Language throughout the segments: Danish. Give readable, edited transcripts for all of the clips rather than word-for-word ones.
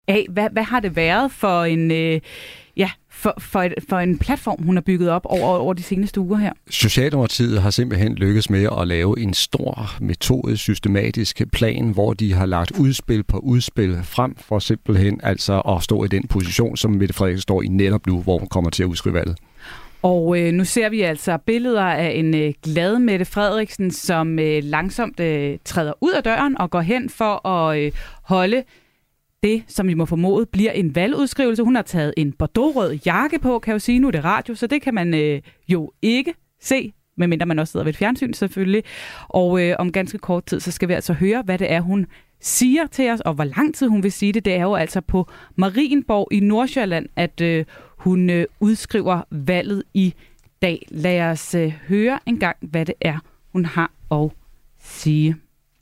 af. Hvad har det været for en... For en platform, hun har bygget op over de seneste uger her? Socialdemokratiet har simpelthen lykkes med at lave en stor, metodisk, systematisk plan, hvor de har lagt udspil på udspil frem for simpelthen altså at stå i den position, som Mette Frederiksen står i netop nu, hvor hun kommer til at udskrive valget. Og nu ser vi altså billeder af en glad Mette Frederiksen, som langsomt træder ud af døren og går hen for at holde det, som vi må formode, bliver en valgudskrivelse. Hun har taget en bordeaux-rød jakke på, kan jeg jo sige, nu er det radio, så det kan man jo ikke se, medmindre man også sidder ved et fjernsyn selvfølgelig. Og om ganske kort tid, så skal vi altså høre, hvad det er, hun siger til os, og hvor lang tid hun vil sige det. Det er jo altså på Marienborg i Nordsjælland, at hun udskriver valget i dag. Lad os høre en gang, hvad det er, hun har at sige.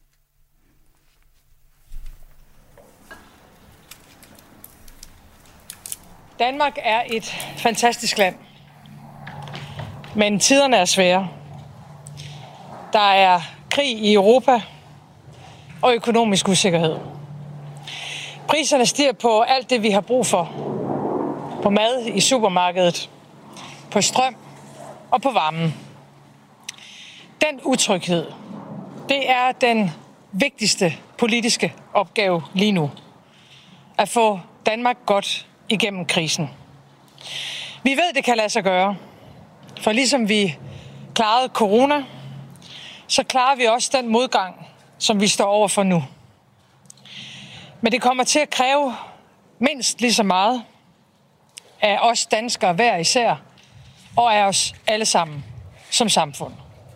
Danmark er et fantastisk land, men tiderne er svære. Der er krig i Europa og økonomisk usikkerhed. Priserne stiger på alt det, vi har brug for. På mad i supermarkedet, på strøm og på varmen. Den utryghed, det er den vigtigste politiske opgave lige nu. At få Danmark godt igennem krisen. Vi ved, det kan lade sig gøre. For ligesom vi klarede corona, så klarer vi også den modgang, som vi står over for nu. Men det kommer til at kræve mindst lige så meget af os danskere hver især, og af os alle sammen som samfund.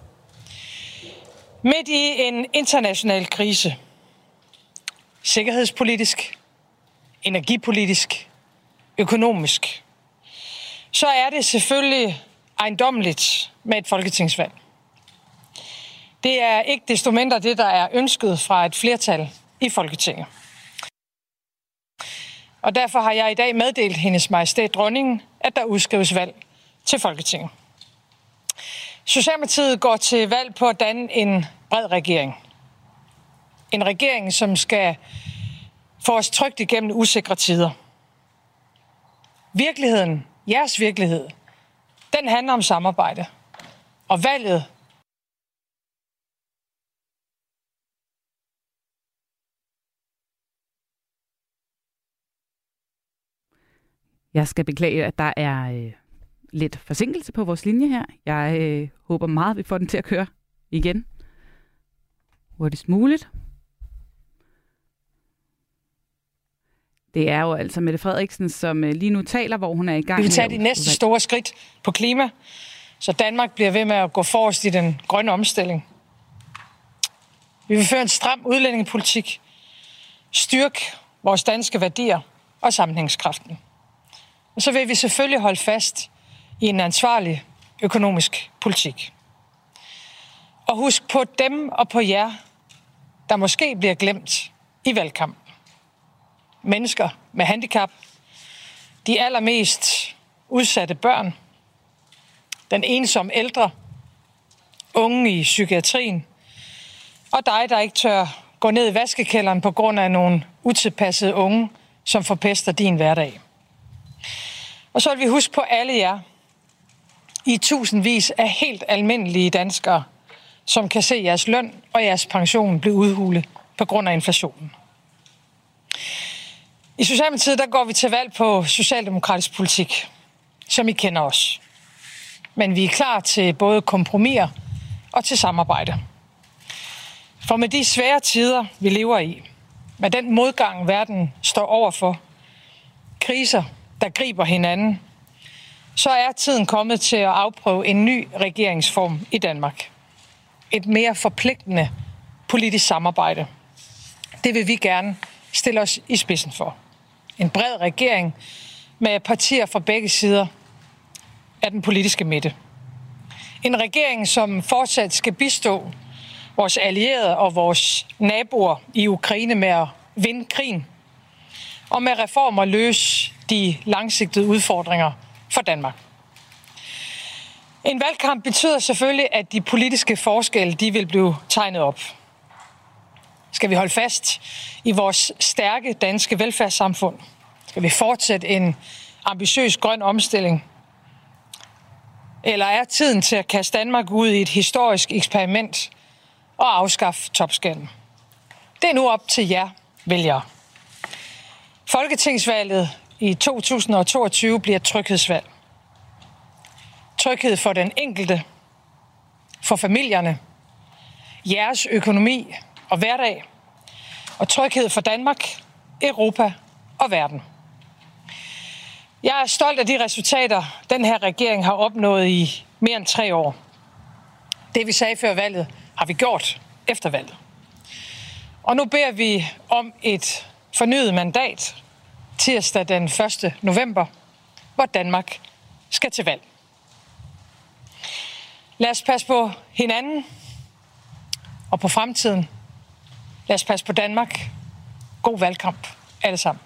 Midt i en international krise, sikkerhedspolitisk, energipolitisk, økonomisk, så er det selvfølgelig ejendommeligt med et folketingsvalg. Det er ikke desto mindre det, der er ønsket fra et flertal i Folketinget. Og derfor har jeg i dag meddelt Hendes Majestæt Dronningen, at der udskrives valg til Folketinget. Socialdemokratiet går til valg på at danne en bred regering. En regering, som skal få os trygt igennem usikre tider. Virkeligheden, jeres virkelighed, den handler om samarbejde. Og valget Jeg skal beklage, at der er lidt forsinkelse på vores linje her. Jeg håber meget, at vi får den til at køre igen hurtigst muligt. Det er jo altså Mette Frederiksen, som lige nu taler, hvor hun er i gang. Vi vil tage de næste store skridt på klima, så Danmark bliver ved med at gå forrest i den grønne omstilling. Vi vil føre en stram udlændingepolitik, styrke vores danske værdier og sammenhængskraften. Og så vil vi selvfølgelig holde fast i en ansvarlig økonomisk politik. Og husk på dem og på jer, der måske bliver glemt i valgkampen. Mennesker med handicap, de allermest udsatte børn, den ensomme ældre, unge i psykiatrien, og dig, der ikke tør gå ned i vaskekælderen på grund af nogle utilpassede unge, som forpester din hverdag. Og så vil vi huske på alle jer, I tusindvis af helt almindelige danskere, som kan se jeres løn og jeres pension blive udhulet på grund af inflationen. I Socialdemokratiet, der går vi til valg på socialdemokratisk politik, som I kender os. Men vi er klar til både kompromiser og til samarbejde. For med de svære tider, vi lever i, med den modgang, verden står overfor, kriser, der griber hinanden, så er tiden kommet til at afprøve en ny regeringsform i Danmark. Et mere forpligtende politisk samarbejde. Det vil vi gerne stille os i spidsen for. En bred regering med partier fra begge sider af den politiske midte. En regering, som fortsat skal bistå vores allierede og vores naboer i Ukraine med at vinde krigen, og med reformer løse de langsigtede udfordringer for Danmark. En valgkamp betyder selvfølgelig, at de politiske forskelle de vil blive tegnet op. Skal vi holde fast i vores stærke danske velfærdssamfund? Skal vi fortsætte en ambitiøs grøn omstilling? Eller er tiden til at kaste Danmark ud i et historisk eksperiment og afskaffe topskatten? Det er nu op til jer, vælgere. Folketingsvalget i 2022 bliver et tryghedsvalg. Tryghed for den enkelte, for familierne, jeres økonomi og hverdag, og tryghed for Danmark, Europa og verden. Jeg er stolt af de resultater, den her regering har opnået i mere end 3 år. Det vi sagde før valget, har vi gjort efter valget. Og nu beder vi om et fornyet mandat tirsdag den 1. november, hvor Danmark skal til valg. Lad os passe på hinanden og på fremtiden. Lad os passe på Danmark. God valgkamp alle sammen.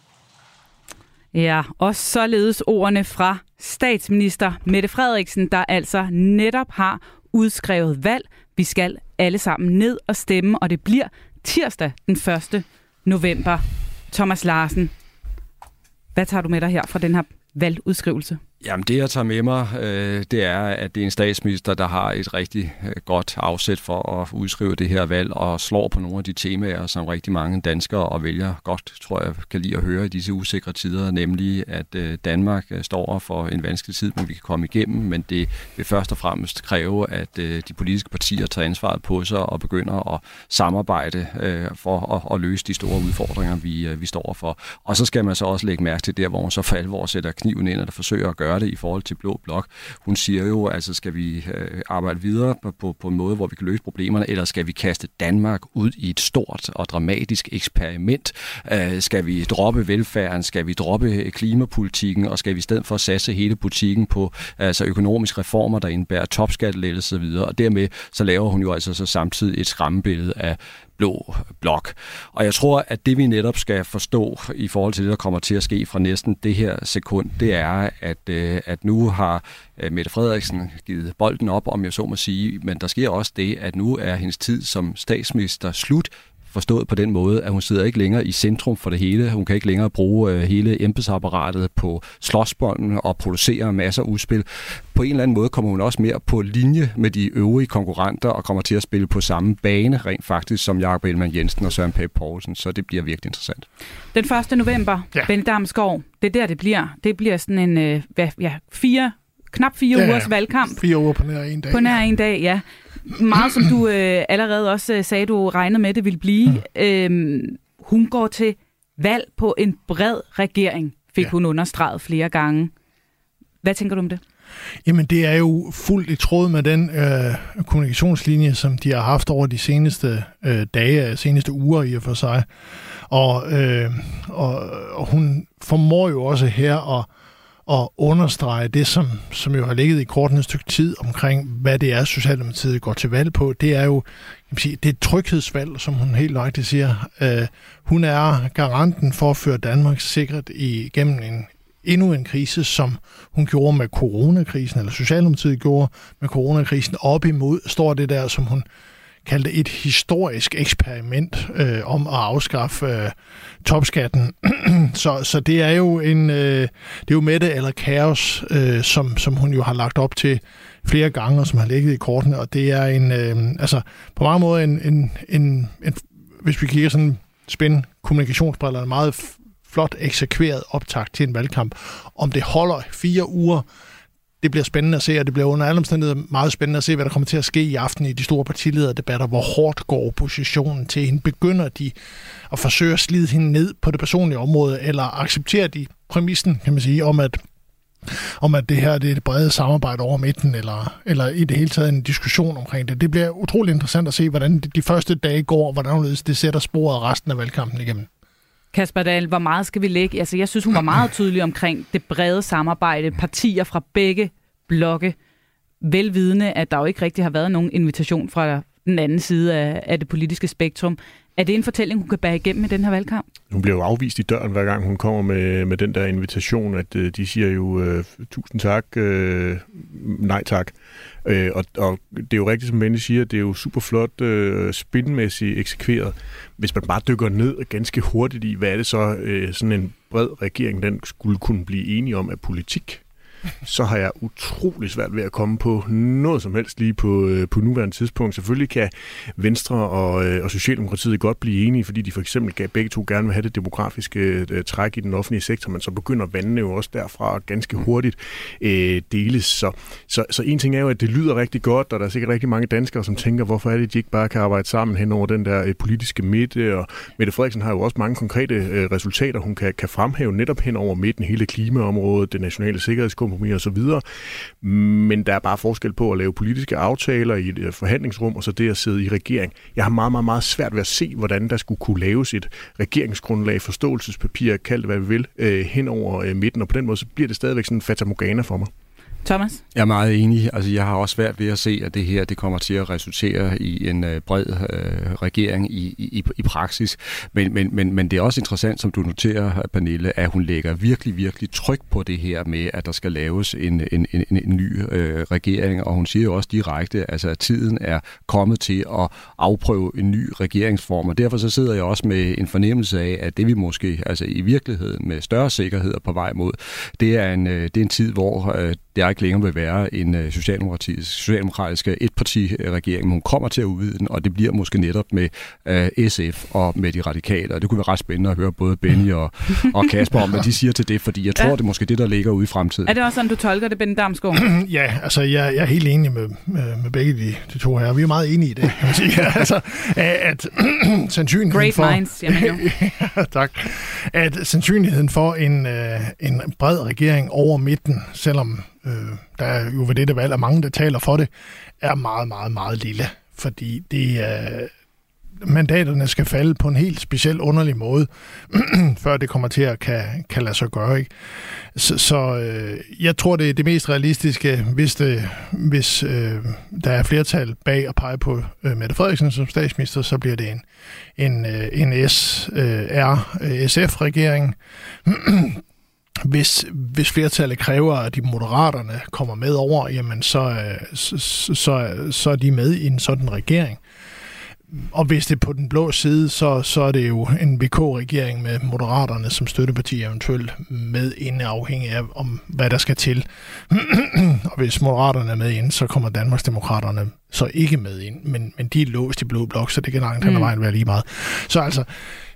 Ja, og således ordene fra statsminister Mette Frederiksen, der altså netop har udskrevet valg. Vi skal alle sammen ned og stemme, og det bliver tirsdag den 1. november. Thomas Larsen, hvad tager du med dig her fra den her valgudskrivelse? Jamen det, jeg tager med mig, det er, at det er en statsminister, der har et rigtig godt afsæt for at udskrive det her valg og slår på nogle af de temaer, som rigtig mange danskere og vælgere godt, tror jeg, kan lide at høre i disse usikre tider, nemlig at Danmark står for en vanskelig tid, men vi kan komme igennem, men det vil først og fremmest kræve, at de politiske partier tager ansvaret på sig og begynder at samarbejde for at løse de store udfordringer, vi står for. Og så skal man så også lægge mærke til der, hvor hun så for alvor sætter kniven ind, og der forsøger at gøre det i forhold til Blå Blok. Hun siger jo, altså skal vi arbejde videre på en måde, hvor vi kan løse problemerne, eller skal vi kaste Danmark ud i et stort og dramatisk eksperiment? Skal vi droppe velfærden? Skal vi droppe klimapolitikken? Og skal vi i stedet for satse hele politikken på altså økonomiske reformer, der indebærer topskattelettelse osv.? Og dermed så laver hun jo altså så samtidig et skræmmebillede af Blå Blok. Og jeg tror, at det vi netop skal forstå i forhold til det, der kommer til at ske fra næsten det her sekund, det er, at nu har Mette Frederiksen givet bolden op, om jeg så må sige, men der sker også det, at nu er hendes tid som statsminister slut, forstået på den måde, at hun sidder ikke længere i centrum for det hele. Hun kan ikke længere bruge hele embedsapparatet på slåsbolden og producere masser af udspil. På en eller anden måde kommer hun også mere på linje med de øvrige konkurrenter og kommer til at spille på samme bane rent faktisk som Jakob Ellemann-Jensen og Søren Pape Poulsen, så det bliver virkelig interessant. Den 1. november, ja. Benny Damsgaard, det er der, det bliver. Det bliver sådan en knap 4 ugers valgkamp. 4 uger på nær en dag. På nær en dag, ja. Meget som du allerede også sagde, du regnede med, det ville blive. Hun går til valg på en bred regering, fik hun understreget flere gange. Hvad tænker du om det? Jamen, det er jo fuldt i tråd med den kommunikationslinje, som de har haft over de seneste dage, seneste uger i og for sig. Og hun formår jo også her at understrege det, som jo har ligget i kortene et stykke tid omkring, hvad det er, Socialdemokratiet går til valg på. Det er jo, kan man sige, det er et tryghedsvalg, som hun helt nøjagtigt siger. Hun er garanten for at føre Danmark sikkert igennem endnu en krise, som hun gjorde med coronakrisen, eller Socialdemokratiet gjorde med coronakrisen, op imod, står det der, som hun kaldte et historisk eksperiment om at afskaffe topskatten. så det er jo det er jo Mette eller kaos, som hun jo har lagt op til flere gange, og som har ligget i kortene, og det er på mange måder en hvis vi kigger sådan spænde kommunikationsbriller, en meget flot eksekveret optakt til en valgkamp. Om det holder 4 uger, det bliver spændende at se, og det bliver under alle omstændigheder meget spændende at se, hvad der kommer til at ske i aften i de store partilederdebatter. Hvor hårdt går oppositionen til hende? Begynder de at forsøge at slide hende ned på det personlige område, eller accepterer de præmissen, kan man sige, om at det her det er et brede samarbejde over midten, eller i det hele taget en diskussion omkring det. Det bliver utrolig interessant at se, hvordan de første dage går, og hvordan det sætter sporet resten af valgkampen igennem. Kasper Dahl, hvor meget skal vi lægge? Altså, jeg synes, hun var meget tydelig omkring det brede samarbejde, partier fra begge blokke, velvidende, at der jo ikke rigtig har været nogen invitation fra den anden side af det politiske spektrum. Er det en fortælling, hun kan bære igennem i den her valgkamp? Hun bliver jo afvist i døren, hver gang hun kommer med den der invitation, at de siger jo tusind tak, nej tak. Og det er jo rigtigt, som Benny siger, det er jo super flot spinmæssigt eksekveret. Hvis man bare dykker ned ganske hurtigt i, hvad er det så sådan en bred regering, den skulle kunne blive enige om af politik, så har jeg utrolig svært ved at komme på noget som helst lige på nuværende tidspunkt. Selvfølgelig kan Venstre og Socialdemokratiet godt blive enige, fordi de for eksempel begge to gerne vil have det demografiske træk i den offentlige sektor, men så begynder vandene jo også derfra ganske hurtigt deles. Så en ting er jo, at det lyder rigtig godt, og der er sikkert rigtig mange danskere, som tænker, hvorfor er det, at de ikke bare kan arbejde sammen hen over den der politiske midte, og Mette Frederiksen har jo også mange konkrete resultater, hun kan fremhæve netop hen over midten, hele klimaområdet, det nationale sikkerhedskompromis og så videre. Men der er bare forskel på at lave politiske aftaler i et forhandlingsrum, og så det at sidde i regering. Jeg har meget, meget, meget svært ved at se, hvordan der skulle kunne laves et regeringsgrundlag, forståelsespapir, kald det hvad vi vil, hen over midten, og på den måde, så bliver det stadigvæk sådan en fatamorgana for mig. Thomas? Jeg er meget enig. Altså, jeg har også svært ved at se, at det her det kommer til at resultere i en bred regering i praksis. Men det er også interessant, som du noterer, Pernille, at hun lægger virkelig, virkelig tryk på det her med, at der skal laves en ny regering. Og hun siger jo også direkte, altså, at tiden er kommet til at afprøve en ny regeringsform. Og derfor så sidder jeg også med en fornemmelse af, at det vi måske altså i virkeligheden med større sikkerhed på vej mod, det er en tid, hvor der ikke længere vil være en socialdemokratisk etpartiregering, men hun kommer til at udvide den, og det bliver måske netop med SF og med de radikale, og det kunne være ret spændende at høre både Benny og Kasper om, hvad de siger til det, fordi jeg tror, det er måske det, der ligger ude i fremtiden. Er det også sådan, du tolker det, Benny Damsgaard? Ja, altså jeg er helt enig med begge de to her. Vi er meget enige i det, kan man sige. Altså, at sandsynligheden for... Great minds, siger man jo. Ja, tak. At sandsynligheden for en bred regering over midten, selvom der er jo ved dette valg, og mange, der taler for det, er meget, meget, meget lille. Fordi mandaterne skal falde på en helt speciel underlig måde, før det kommer til at kan lade sig gøre. Ikke? Så jeg tror, det er det mest realistiske, hvis der er flertal bag at pege på Mette Frederiksen som statsminister, så bliver det en SF-regering. Hvis flertallet kræver, at de moderaterne kommer med over, jamen så er de med i en sådan regering. Og hvis det er på den blå side, så er det jo en VK-regering med moderaterne som støtteparti eventuelt med inde, afhængig af, om hvad der skal til. Og hvis moderaterne er med ind, så kommer Danmarksdemokraterne så ikke med ind. Men de er låst i blå blok, så det kan langt hen ad vejen være lige meget. Så altså,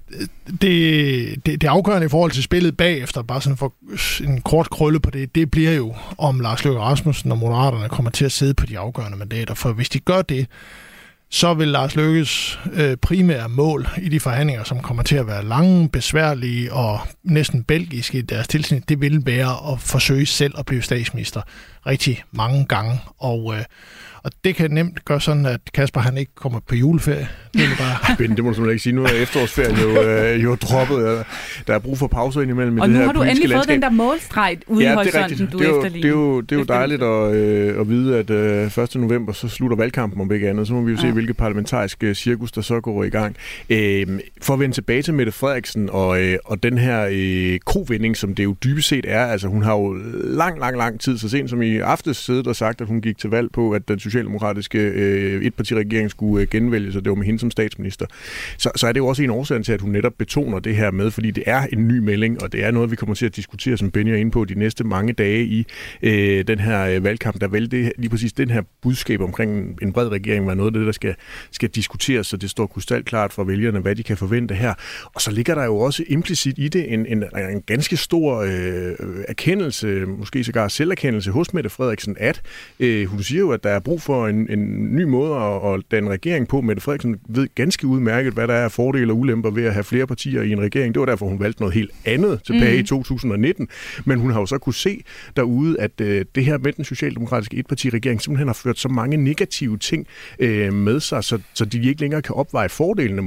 det afgørende i forhold til spillet bagefter, bare sådan for en kort krølle på det bliver jo, om Lars Løkke Rasmussen og moderaterne kommer til at sidde på de afgørende mandater. For hvis de gør det, så vil Lars Løkkes primære mål i de forhandlinger, som kommer til at være lange, besværlige og næsten belgiske i deres tilsnit, det vil være at forsøge selv at blive statsminister rigtig mange gange. Og det kan nemt gøre sådan, at Kasper han ikke kommer på juleferie. Det er bare... Det må du simpelthen ikke sige. Nu er efterårsferien jo droppet. Der er brug for pauser indimellem. Og nu har du endelig fået den der målstreg ude i horisonten, du efterligner. Det er jo dejligt at vide, at 1. november, så slutter valgkampen om ikke andet. Så må vi jo se, hvilke parlamentariske cirkus, der så går i gang. For at vende tilbage til Mette Frederiksen og den her kovending, som det jo dybest set er. Altså hun har jo lang tid, så sent som i aftes siddet og sagt, at hun gik til valg på, at den socialdemokratiske etpartiregering skulle genvælges, og det var med hende som statsminister. Så er det jo også en årsag til, at hun netop betoner det her med, fordi det er en ny melding, og det er noget, vi kommer til at diskutere, som Benny er inde på, de næste mange dage i den her valgkamp. Der vil det, lige præcis den her budskab omkring en bred regering være noget af det, der skal diskuteres, så det står krystalklart for vælgerne, hvad de kan forvente her. Og så ligger der jo også implicit i det en ganske stor erkendelse, måske sågar selverkendelse hos Mette Frederiksen, at hun siger jo, at der er brug for en ny måde at danne regering på. Mette Frederiksen ved ganske udmærket, hvad der er fordele og ulemper ved at have flere partier i en regering. Det var derfor, hun valgte noget helt andet tilbage i 2019. Men hun har jo så kunne se derude, at det her med den socialdemokratiske etpartiregering simpelthen har ført så mange negative ting med sig, så de ikke længere kan opveje fordelene, må man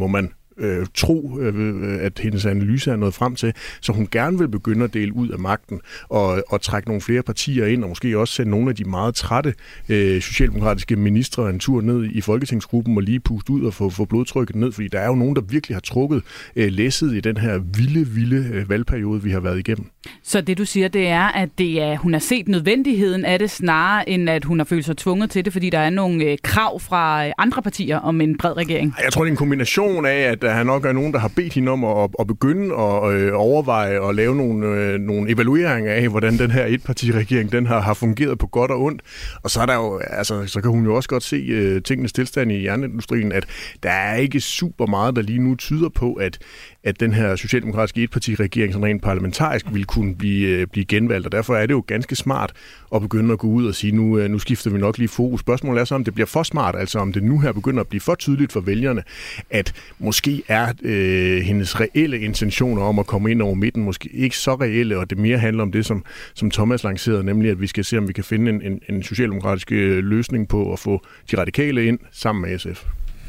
tro, at hendes analyse er nået frem til, så hun gerne vil begynde at dele ud af magten og trække nogle flere partier ind, og måske også sende nogle af de meget trætte socialdemokratiske ministre en tur ned i folketingsgruppen og lige puste ud og få blodtrykket ned, fordi der er jo nogen, der virkelig har trukket læsset i den her vilde valgperiode, vi har været igennem. Så det, du siger, det er, at hun har set nødvendigheden af det, snarere end at hun har følt sig tvunget til det, fordi der er nogle krav fra andre partier om en bred regering? Jeg tror, det er en kombination af, at der nok er nogen, der har bedt hende om at begynde at overveje og lave nogle evalueringer af, hvordan den her etpartiregering den har fungeret på godt og ondt. Og så er der jo, altså, så kan hun jo også godt se tingenes tilstand i jernindustrien, at der er ikke super meget, der lige nu tyder på, at den her socialdemokratiske etpartiregering sådan rent parlamentarisk vil kunne blive genvalgt, og derfor er det jo ganske smart at begynde at gå ud og sige, nu skifter vi nok lige fokus. Spørgsmålet er så, om det bliver for smart, altså om det nu her begynder at blive for tydeligt for vælgerne, at måske er hendes reelle intentioner om at komme ind over midten måske ikke så reelle, og det mere handler om det, som Thomas lancerede, nemlig at vi skal se, om vi kan finde en socialdemokratisk løsning på at få de radikale ind sammen med SF.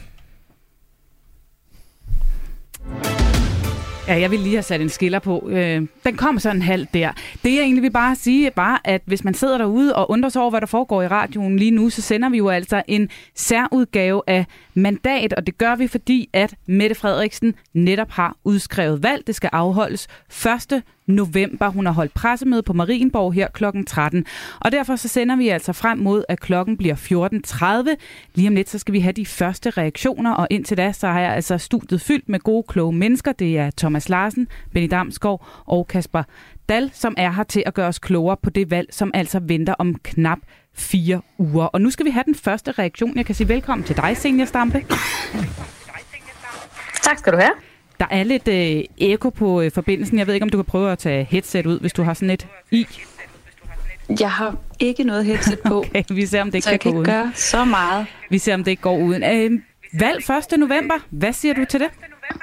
Ja, jeg vil lige have sat en skiller på. Den kom sådan halvt der. Det jeg egentlig vil bare sige, at hvis man sidder derude og undrer sig over, hvad der foregår i radioen lige nu, så sender vi jo altså en særudgave af Mandat, og det gør vi, fordi at Mette Frederiksen netop har udskrevet valg. Det skal afholdes 1. november. Hun har holdt pressemøde på Marienborg her kl. 13. Og derfor så sender vi altså frem mod, at klokken bliver 14.30. Lige om lidt, så skal vi have de første reaktioner, og indtil da, så har jeg altså studiet fyldt med gode, kloge mennesker. Det er Thomas Larsen, Benny Damsgaard og Kasper Dahl, som er her til at gøre os klogere på det valg, som altså venter om knap 4 uger. Og nu skal vi have den første reaktion. Jeg kan sige velkommen til dig, Zenia Stampe. Tak skal du have. Der er lidt ekko på forbindelsen. Jeg ved ikke, om du kan prøve at tage headset ud, hvis du har sådan et i. Jeg har ikke noget headset på, okay, vi ser, om det så jeg kan ikke gøre så meget. Vi ser, om det ikke går uden. Valg 1. november. Hvad siger du til det?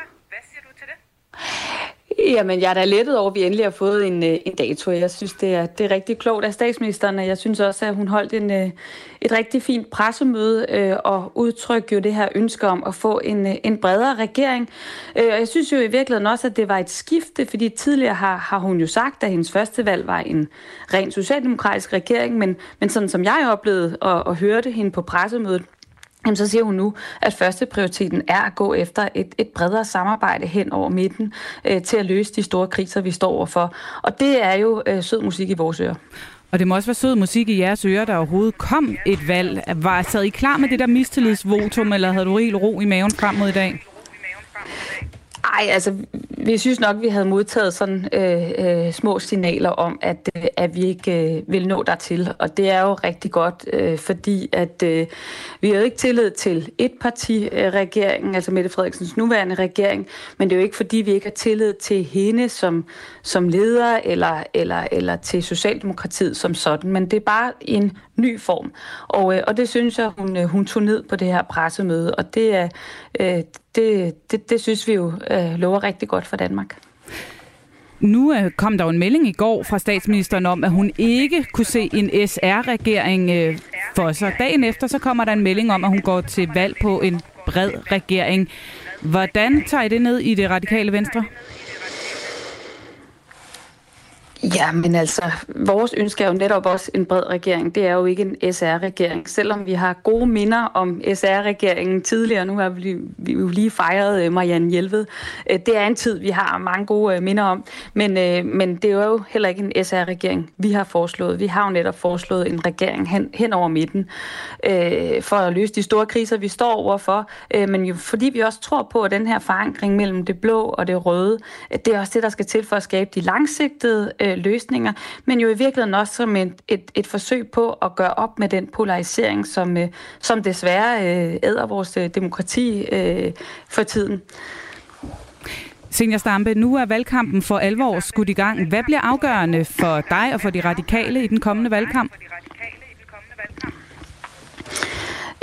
Jamen, jeg er da lettet over, at vi endelig har fået en dato. Jeg synes, det er rigtig klogt af statsministeren, og jeg synes også, at hun holdt et rigtig fint pressemøde og udtrykte jo det her ønske om at få en bredere regering. Og jeg synes jo i virkeligheden også, at det var et skifte, fordi tidligere har hun jo sagt, at hendes første valg var en ren socialdemokratisk regering, men sådan som jeg oplevede og hørte hende på pressemødet, så siger hun nu, at første prioriteten er at gå efter et bredere samarbejde hen over midten til at løse de store kriser, vi står overfor. Og det er jo sød musik i vores ører. Og det må også være sød musik i jeres ører, der overhovedet kom et valg. Sad I klar med det der mistillidsvotum, eller havde du helt ro i maven frem mod i dag? Ej, altså, vi synes nok, vi havde modtaget sådan små signaler om, at vi ikke vil nå dertil. Og det er jo rigtig godt, fordi at vi har jo ikke tillid til etpartiregeringen, altså Mette Frederiksens nuværende regering, men det er jo ikke, fordi vi ikke har tillid til hende som leder eller til Socialdemokratiet som sådan, men det er bare en ny form. Og det synes jeg, hun tog ned på det her pressemøde, og det synes vi jo lover rigtig godt for Danmark. Nu kom der jo en melding i går fra statsministeren om, at hun ikke kunne se en SR-regering for sig. Dagen efter så kommer der en melding om, at hun går til valg på en bred regering. Hvordan tager I det ned i det radikale Venstre? Ja, men altså, vores ønske er jo netop også en bred regering. Det er jo ikke en SR-regering. Selvom vi har gode minder om SR-regeringen tidligere, nu har vi jo lige fejret Marianne Jelved. Det er en tid, vi har mange gode minder om. Men det er jo heller ikke en SR-regering, vi har foreslået. Vi har jo netop foreslået en regering hen over midten for at løse de store kriser, vi står overfor. Men jo fordi vi også tror på, at den her forankring mellem det blå og det røde, det er også det, der skal til for at skabe de langsigtede løsninger, men jo i virkeligheden også som et forsøg på at gøre op med den polarisering, som desværre æder vores demokrati for tiden. Zenia Stampe, nu er valgkampen for alvor skudt i gang. Hvad bliver afgørende for dig og for de radikale i den kommende valgkamp?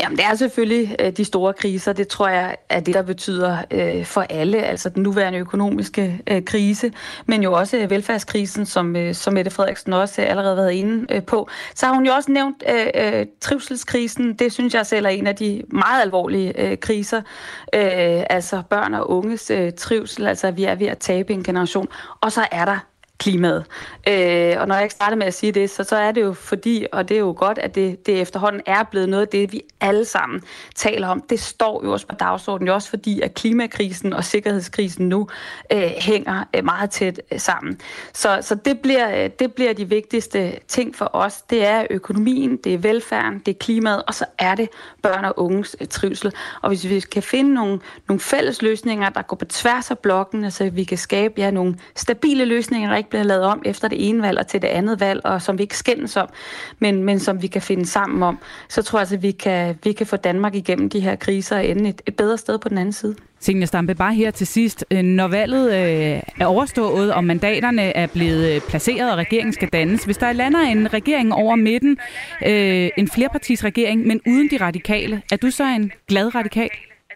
Jamen, det er selvfølgelig de store kriser. Det tror jeg er det, der betyder for alle. Altså den nuværende økonomiske krise, men jo også velfærdskrisen, som Mette Frederiksen også allerede været inde på. Så har hun jo også nævnt trivselskrisen. Det synes jeg selv er en af de meget alvorlige kriser. Altså børn og unges trivsel. Altså vi er ved at tabe en generation. Og så er der klimaet. Og når jeg ikke starter med at sige det, så er det jo fordi, og det er jo godt, at det efterhånden er blevet noget af det, vi alle sammen taler om. Det står jo også på dagsordenen, også fordi, at klimakrisen og sikkerhedskrisen nu hænger meget tæt sammen. Så det bliver de vigtigste ting for os. Det er økonomien, det er velfærden, det er klimaet, og så er det børn og unges trivsel. Og hvis vi kan finde nogle fælles løsninger, der går på tværs af blokken, så vi kan skabe nogle stabile løsninger, der ikke bliver lavet om efter det ene valg og til det andet valg, og som vi ikke skændes om, men som vi kan finde sammen om, så tror jeg, at vi kan få Danmark igennem de her kriser og ende et bedre sted på den anden side. Zenia Stampe, bare her til sidst. Når valget er overstået, og mandaterne er blevet placeret, og regeringen skal dannes, hvis der lander en regering over midten, en flerpartisregering, men uden de radikale, er du så en glad radikal?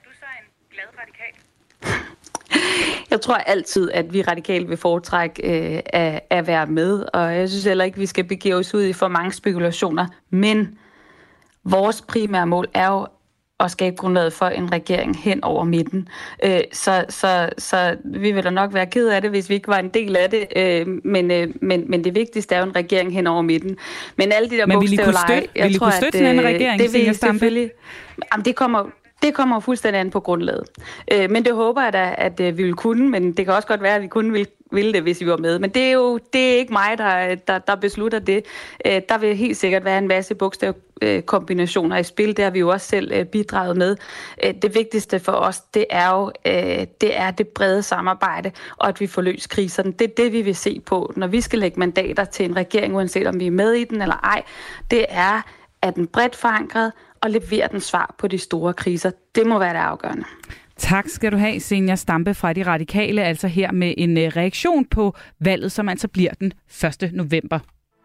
Jeg tror altid, at vi radikalt vil foretrække at være med, og jeg synes heller ikke, vi skal begive os ud i for mange spekulationer, men vores primære mål er jo at skabe grundlaget for en regering hen over midten. Så vi vil da nok være ked af det, hvis vi ikke var en del af det, men det vigtigste er jo en regering hen over midten. Men alle de der bogstavleje, jeg tror, at det en regering, det vil selvfølgelig... Jamen, det kommer jo fuldstændig an på grundlaget. Men det håber jeg da, at vi vil kunne, men det kan også godt være, at vi kun ville det, hvis vi var med. Men det er ikke mig, der beslutter det. Der vil helt sikkert være en masse bogstavkombinationer i spil. Det har vi jo også selv bidraget med. Det vigtigste for os, det er det brede samarbejde, og at vi får løst kriserne. Det er det, vi vil se på, når vi skal lægge mandater til en regering, uanset om vi er med i den eller ej. Det er, at den bredt forankret og levere den svar på de store kriser. Det må være det afgørende. Tak skal du have, Zenia Stampe fra De Radikale, altså her med en reaktion på valget, som altså bliver den 1. november.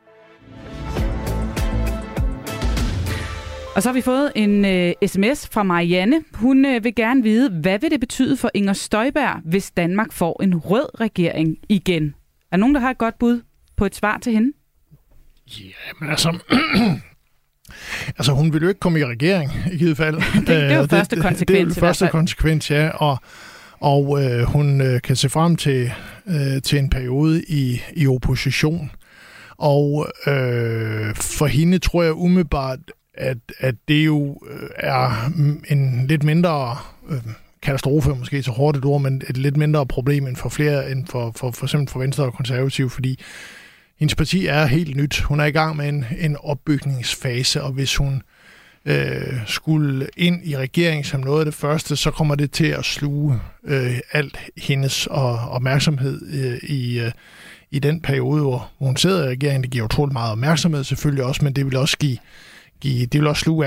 Og så har vi fået en sms fra Marianne. Hun vil gerne vide, hvad vil det betyde for Inger Støjberg, hvis Danmark får en rød regering igen? Er der nogen, der har et godt bud på et svar til hende? Ja, men altså, hun vil jo ikke komme i regering, i givet fald. Det er jo første konsekvens. Det er jo første konsekvens, ja. Og hun kan se frem til en periode i opposition. Og for hende tror jeg umiddelbart, at det jo er en lidt mindre katastrofe, måske så hårdt et ord, men et lidt mindre problem end for flere, end for eksempel for Venstre og Konservative, fordi hendes parti er helt nyt. Hun er i gang med en opbygningsfase, og hvis hun skulle ind i regeringen som noget af det første, så kommer det til at sluge alt hendes opmærksomhed i den periode, hvor hun sidder i regeringen. Det giver utroligt meget opmærksomhed selvfølgelig også, men det vil også det vil også sluge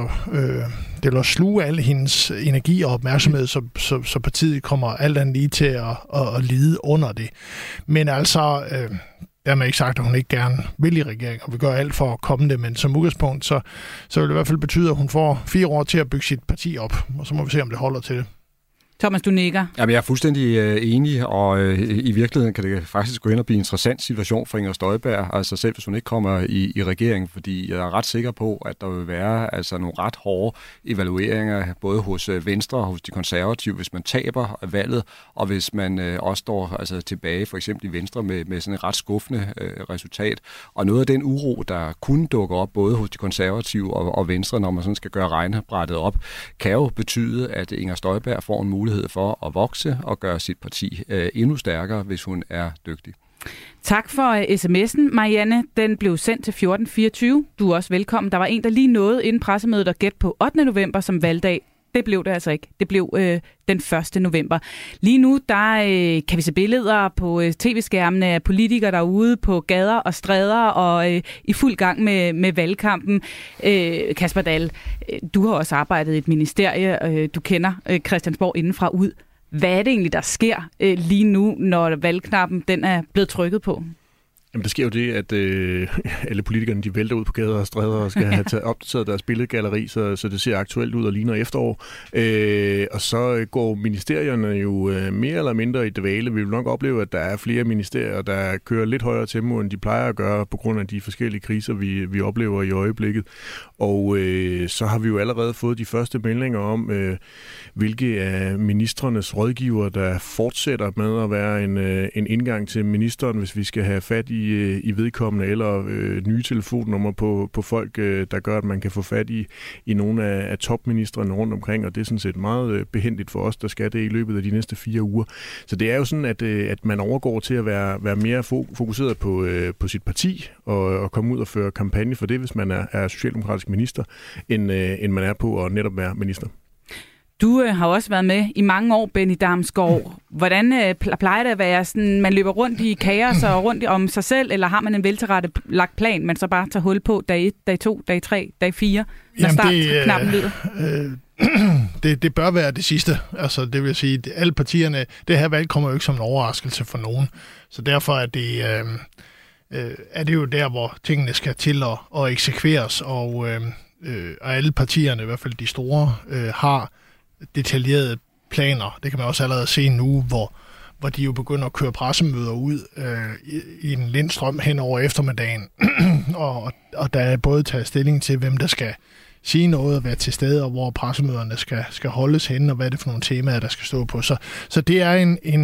al hendes energi og opmærksomhed, så partiet kommer alt andet lige til at lide under det. Men altså, dermed ikke sagt, at hun ikke gerne vil i regering, og vil gøre alt for at komme det, men som udgangspunkt, så vil det i hvert fald betyde, at hun får 4 år til at bygge sit parti op, og så må vi se, om det holder til det. Thomas, du nikker. Jamen, jeg er fuldstændig enig, og i virkeligheden kan det faktisk gå ind og blive en interessant situation for Inger Støjberg, altså selv hvis hun ikke kommer i regeringen, fordi jeg er ret sikker på, at der vil være altså nogle ret hårde evalueringer, både hos Venstre og hos de konservative, hvis man taber valget, og hvis man også står altså tilbage, for eksempel i Venstre, med sådan et ret skuffende resultat. Og noget af den uro, der kunne dukke op, både hos de konservative og Venstre, når man sådan skal gøre regnebrættet op, kan jo betyde, at Inger Støjberg får en mulighed for at vokse og gøre sit parti endnu stærkere, hvis hun er dygtig. Tak for sms'en, Marianne. Den blev sendt til 1424. Du er også velkommen. Der var en, der lige nåede inden pressemødet at gætte på 8. november som valgdag. Det blev det altså ikke. Det blev den 1. november. Lige nu der kan vi se billeder på tv-skærmene af politikere derude på gader og stræder og i fuld gang med valgkampen. Kasper Dahl, du har også arbejdet i et ministerie. Du kender Christiansborg indenfra ud. Hvad er det egentlig, der sker lige nu, når valgknappen den er blevet trykket på? Jamen, der sker jo det, at alle politikerne de vælter ud på gader og stræder og skal have opdateret deres billedgalleri, så det ser aktuelt ud og ligner efterår. Og så går ministerierne jo mere eller mindre i dvale. Vi vil nok opleve, at der er flere ministerier, der kører lidt højere tempo, end de plejer at gøre, på grund af de forskellige kriser, vi oplever i øjeblikket. Og så har vi jo allerede fået de første meldinger om, hvilke af ministrenes rådgivere, der fortsætter med at være en indgang til ministeren, hvis vi skal have fat i vedkommende, eller nye telefonnummer på folk, der gør, at man kan få fat i nogle af topministrene rundt omkring, og det er sådan set meget behændigt for os, der skal det i løbet af de næste 4 uger. Så det er jo sådan, at man overgår til at være mere fokuseret på sit parti, og komme ud og føre kampagne for det, hvis man er socialdemokratisk minister, end man er på at netop være minister. Du har også været med i mange år, Benny Damsgaard. Hvordan plejer det at være? Sådan, man løber rundt i kaos og rundt om sig selv, eller har man en veltilrettelagt plan, man så bare tager hul på dag 1, dag 2, dag 3, dag 4, når startknappen lyder? Det bør være det sidste. Altså, det vil sige, at alle partierne, det her valg kommer jo ikke som en overraskelse for nogen. Så derfor er det jo der, hvor tingene skal til at eksekveres, og alle partierne, i hvert fald de store, har detaljerede planer. Det kan man også allerede se nu, hvor de jo begynder at køre pressemøder ud i en lindstrøm hen over eftermiddagen. og der er både taget stilling til, hvem der skal sige noget og være til stede, og hvor pressemøderne skal holdes henne, og hvad er det for nogle temaer, der skal stå på. Så det er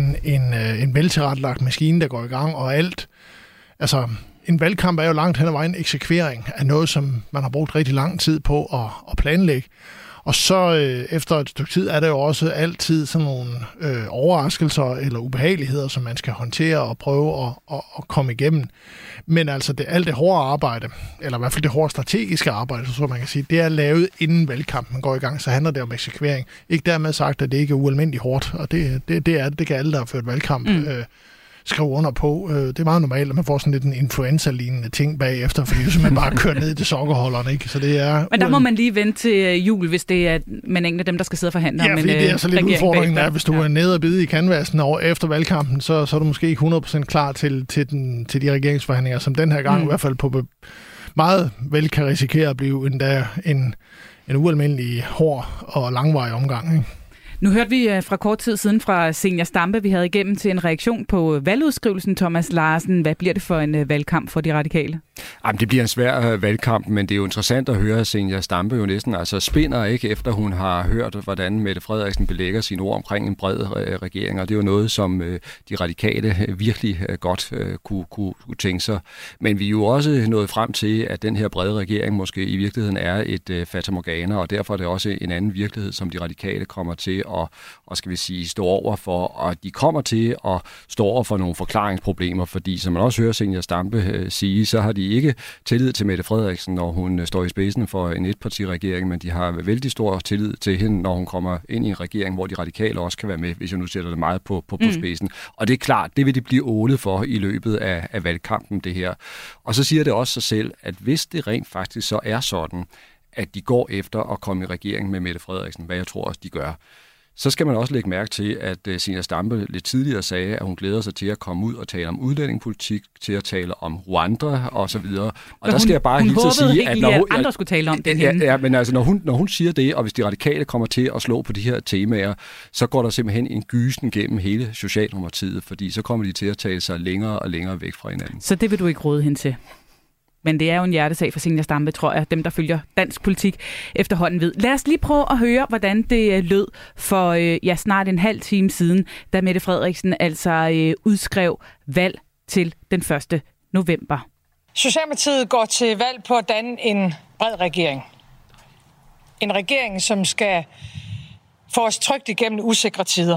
en veltilrettelagt maskine, der går i gang, og alt. Altså, en valgkamp er jo langt hen ad vejen eksekvering af noget, som man har brugt rigtig lang tid på at planlægge. Og så efter et stykke tid er der jo også altid sådan nogle overraskelser eller ubehageligheder, som man skal håndtere og prøve at komme igennem. Men altså alt det hårde arbejde, eller i hvert fald det hårde strategiske arbejde, så man kan sige, det er lavet inden valgkampen går i gang, så handler det om eksekvering. Ikke dermed sagt, at det ikke er ualmindeligt hårdt, og det kan alle, der har ført valgkamp, skrive under på. Det er meget normalt, at man får sådan lidt en influenza-lignende ting bagefter, fordi du simpelthen bare kører ned i det sokkerholderne, ikke? Så det er... Men der må man lige vente til jul, hvis det er man er en af dem, der skal sidde og forhandle om en regering. Ja, fordi det er så lidt udfordringen, at hvis du er nede og bide i kanvasen efter valgkampen, så er du måske ikke 100% klar til de regeringsforhandlinger, som den her gang i hvert fald på meget vel kan risikere at blive endda en ualmindelig hård og langvarig omgang, ikke? Nu hørte vi fra kort tid siden fra Zenia Stampe, vi havde igennem til en reaktion på valgudskrivelsen. Thomas Larsen, hvad bliver det for en valgkamp for de radikale? Jamen, det bliver en svær valgkamp, men det er jo interessant at høre, at Zenia Stampe jo næsten spinder, ikke, efter hun har hørt, hvordan Mette Frederiksen belægger sine ord omkring en bred regering, og det er jo noget, som de radikale virkelig godt kunne tænke sig. Men vi er jo også nået frem til, at den her brede regering måske i virkeligheden er et fatamorgana, og derfor er det også en anden virkelighed, som de radikale kommer til og skal vi sige, stå over for, og de kommer til at stå over for nogle forklaringsproblemer, fordi som man også hører Zenia Stampe sige, så har de ikke tillid til Mette Frederiksen, når hun står i spidsen for en etpartiregering, men de har vældig stor tillid til hende, når hun kommer ind i en regering, hvor de radikale også kan være med, hvis jeg nu sætter det meget på spidsen. Og det er klart, det vil de blive ålet for i løbet af valgkampen, det her. Og så siger det også sig selv, at hvis det rent faktisk så er sådan, at de går efter at komme i regering med Mette Frederiksen, hvad jeg tror også, de gør, så skal man også lægge mærke til, at Zenia Stampe lidt tidligere sagde, at hun glæder sig til at komme ud og tale om udlændingepolitik, til at tale om Rwanda og så videre. Og der skal jeg bare hilse at sige, at når andre skulle tale om det hende. Ja, men altså når hun siger det, og hvis de radikale kommer til at slå på de her temaer, så går der simpelthen en gysen gennem hele Socialdemokratiet, fordi så kommer de til at tale sig længere og længere væk fra hinanden. Så det vil du ikke råde hende til? Men det er jo en hjertesag for Zenia Stampe, tror jeg, dem, der følger dansk politik efterhånden ved. Lad os lige prøve at høre, hvordan det lød for snart en halv time siden, da Mette Frederiksen altså udskrev valg til den 1. november. Socialdemokratiet går til valg på at danne en bred regering. En regering, som skal få os trygt igennem usikre tider.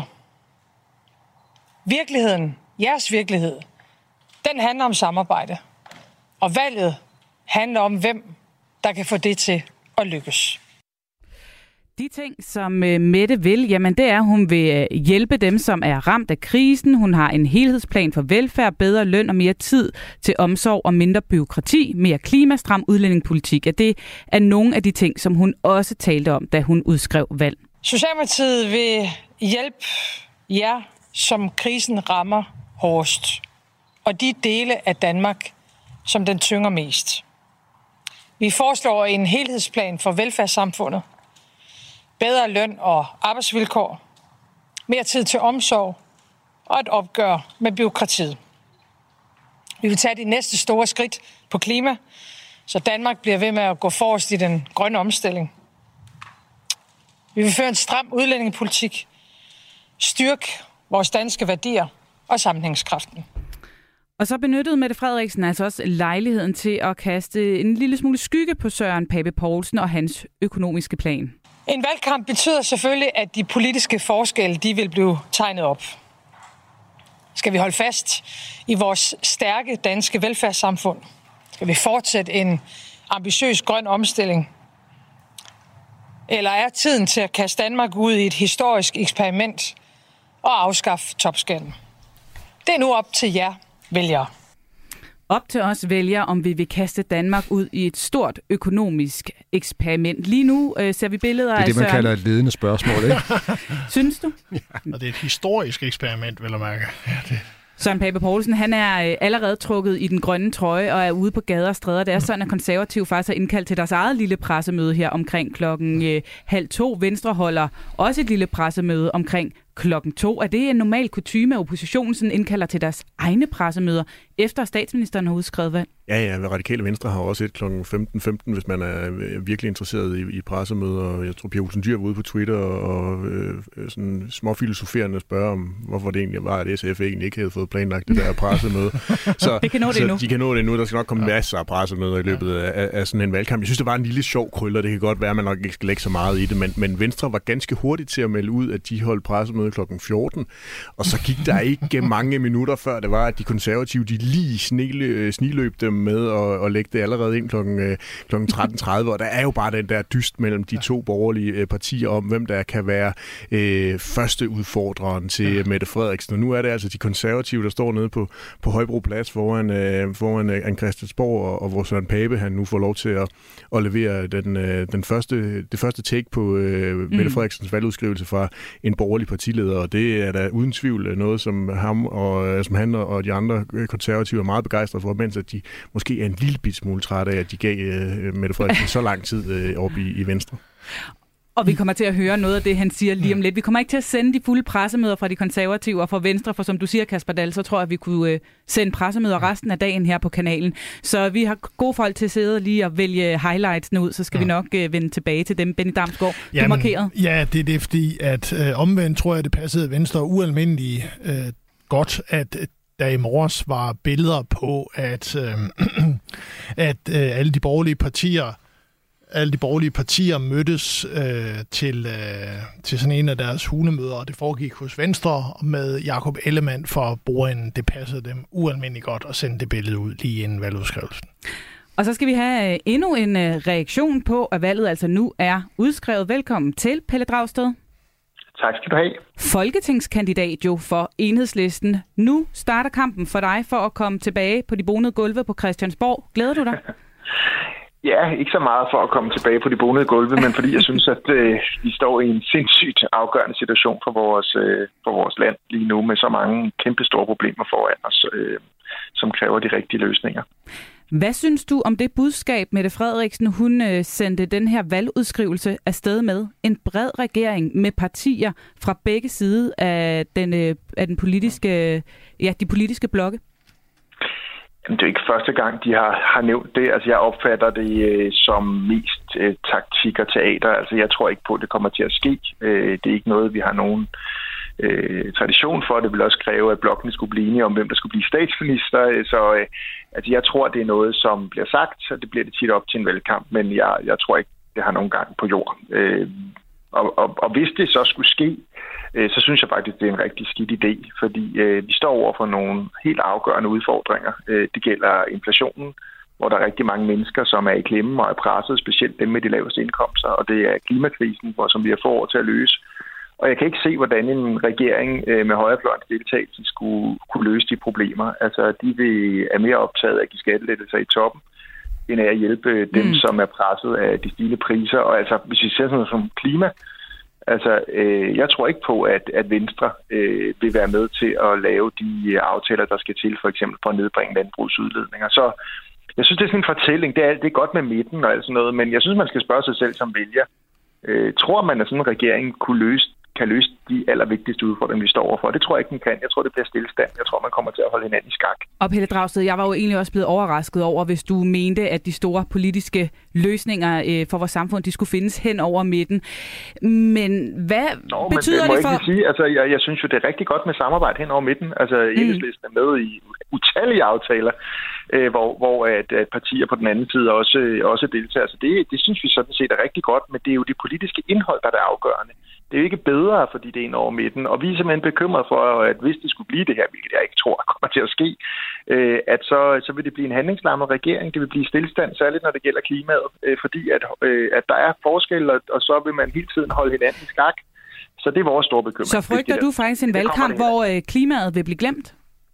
Virkeligheden, jeres virkelighed, den handler om samarbejde. Og valget handler om, hvem der kan få det til at lykkes. De ting, som Mette vil, jamen det er, at hun vil hjælpe dem, som er ramt af krisen. Hun har en helhedsplan for velfærd, bedre løn og mere tid til omsorg og mindre bureaukrati, mere klimastram udlændingepolitik. Ja, det er nogle af de ting, som hun også talte om, da hun udskrev valg. Socialdemokratiet vil hjælpe jer, som krisen rammer hårdest. og de dele af Danmark, som den tynger mest. Vi foreslår en helhedsplan for velfærdssamfundet, bedre løn og arbejdsvilkår, mere tid til omsorg og et opgør med bureaukratiet. Vi vil tage de næste store skridt på klima, så Danmark bliver ved med at gå forrest i den grønne omstilling. Vi vil føre en stram udlændingepolitik, styrke vores danske værdier og sammenhængskraften. Og så benyttede Mette Frederiksen altså også lejligheden til at kaste en lille smule skygge på Søren Pape Poulsen og hans økonomiske plan. En valgkamp betyder selvfølgelig, at de politiske forskelle de vil blive tegnet op. Skal vi holde fast i vores stærke danske velfærdssamfund? Skal vi fortsætte en ambitiøs grøn omstilling? Eller er tiden til at kaste Danmark ud i et historisk eksperiment og afskaffe topskatten? Det er nu op til jer vælgere. Op til os vælgere, om vi vil kaste Danmark ud i et stort økonomisk eksperiment. Lige nu ser vi billeder af Søren. Det er det, man kalder et ledende spørgsmål, ikke? Synes du? Ja. Og det er et historisk eksperiment, vil jeg mærke. Ja, det. Søren Pape Poulsen, han er allerede trukket i den grønne trøje og er ude på gader og stræder. Det er sådan, at Konservative faktisk har indkaldt til deres eget lille pressemøde her omkring 1:30. Venstre holder også et lille pressemøde omkring 2:00. Er det en normal kutyme, at oppositionen sådan indkalder til deres egne pressemøder, efter statsministeren har udskrevet valg? Ja, Radikale Venstre har også et kl. 15.15, hvis man er virkelig interesseret i pressemøder. Jeg tror, Pia Olsen Dyhr var ude på Twitter og sådan småfilosoferende spørger om, hvorfor det egentlig var, at SF egentlig ikke havde fået planlagt det der pressemøde. Så det kan nå det endnu. De kan nå det endnu. Der skal nok komme masser af pressemøder i løbet af sådan en valgkamp. Jeg synes, det var en lille sjov krøller. Det kan godt være, at man nok ikke skal lægge så meget i det, men Venstre var ganske hurtigt til at melde ud, at de holdt pressemøde kl. 14. Og så gik der ikke mange minutter før det var, at de konservative de lige sniløb dem med at lægge det allerede ind kl. 13.30. Og der er jo bare den der dyst mellem de to borgerlige partier om, hvem der kan være første udfordreren til Mette Frederiksen. Og nu er det altså de konservative, der står nede på Højbro Plads foran Anne Christiansborg, og hvor Søren Pape han nu får lov til at levere det første take på Mette Frederiksens valgudskrivelse fra en borgerlig partileder. Og det er da uden tvivl noget, som han og de andre konservative er meget begejstrede for, mens at de måske er en lille bit smule trætte af, at de gav Mette Frederiksen så lang tid op i Venstre. Og vi kommer til at høre noget af det, han siger lige om lidt. Vi kommer ikke til at sende de fulde pressemøder fra de konservative og fra Venstre, for som du siger, Kasper Dahl, så tror jeg, at vi kunne sende pressemøder resten af dagen her på kanalen. Så vi har gode folk til at sidde lige og vælge highlightsene ud, så skal vi nok vende tilbage til dem. Benny Damsgaard, du er markeret. Ja, det er fordi, at omvendt tror jeg, det passede Venstre ualmindeligt godt, at der i morges var billeder på, at alle de borgerlige partier mødtes til sådan en af deres hulemøder, og det foregik hos Venstre med Jakob Ellemann for bordenden. Det passede dem ualmindeligt godt at sende det billede ud lige inden valgudskrivelsen. Og så skal vi have endnu en reaktion på, at valget altså nu er udskrevet. Velkommen til, Pelle Dragsted. Tak skal du have. Folketingskandidat jo for Enhedslisten. Nu starter kampen for dig for at komme tilbage på de bonede gulve på Christiansborg. Glæder du dig? Ja, ikke så meget for at komme tilbage på de bonede gulve, men fordi jeg synes, at vi står i en sindssygt afgørende situation for vores land lige nu, med så mange kæmpe store problemer foran os, som kræver de rigtige løsninger. Hvad synes du om det budskab, Mette Frederiksen, hun sendte den her valgudskrivelse afsted med? En bred regering med partier fra begge sider af de politiske blokke? Det er ikke første gang, de har nævnt det. Altså, jeg opfatter det som mest taktik og teater. Altså, jeg tror ikke på, at det kommer til at ske. Det er ikke noget, vi har nogen tradition for. Det vil også kræve, at blokkene skulle blive enige om, hvem der skulle blive statsminister. Så altså, jeg tror, det er noget, som bliver sagt, så det bliver det tit op til en valgkamp. Men jeg tror ikke, det har nogen gang på jord. Og hvis det så skulle ske, så synes jeg faktisk, det er en rigtig skidt idé, fordi vi står over for nogle helt afgørende udfordringer. Det gælder inflationen, hvor der er rigtig mange mennesker, som er i klemme og er presset, specielt dem med de laveste indkomster, og det er klimakrisen, som vi har fået år til at løse. Og jeg kan ikke se, hvordan en regering med højrefløjens deltagelse skulle kunne løse de problemer. Altså, de er mere optaget af at give skattelettelser i toppen, end af at hjælpe dem, som er presset af de stigende priser. Og altså, hvis vi ser sådan noget som klima, Altså, jeg tror ikke på, at Venstre vil være med til at lave de aftaler, der skal til, for eksempel for at nedbringe landbrugsudledninger. Så jeg synes, det er sådan en fortælling. Det er godt med midten og alt sådan noget, men jeg synes, man skal spørge sig selv som vælger. Tror man, at sådan en regering kan løse de allervigtigste udfordringer, vi står overfor? Det tror jeg ikke, den kan. Jeg tror, det bliver stillestand. Jeg tror, man kommer til at holde hinanden i skak. Og Pelle Dragsted, jeg var jo egentlig også blevet overrasket over, hvis du mente, at de store politiske løsninger for vores samfund, de skulle findes hen over midten. Men hvad betyder det for... Sige, altså, jeg synes jo, det er rigtig godt med samarbejde hen over midten. Altså, Enhedslisten er med i utallige aftaler, hvor at partier på den anden side også deltager. Så det synes vi sådan set er rigtig godt, men det er jo det politiske indhold, der er afgørende. Det er jo ikke bedre, fordi det er ind over midten. Og vi er simpelthen bekymret for, at hvis det skulle blive det her, hvilket jeg ikke tror kommer til at ske, at så vil det blive en handlingslammet regering. Det vil blive stillestand, særligt når det gælder klimaet. Fordi at der er forskel, og så vil man hele tiden holde hinanden i skak. Så det er vores store bekymring. Så frygter du faktisk en valgkamp, hvor klimaet vil blive glemt?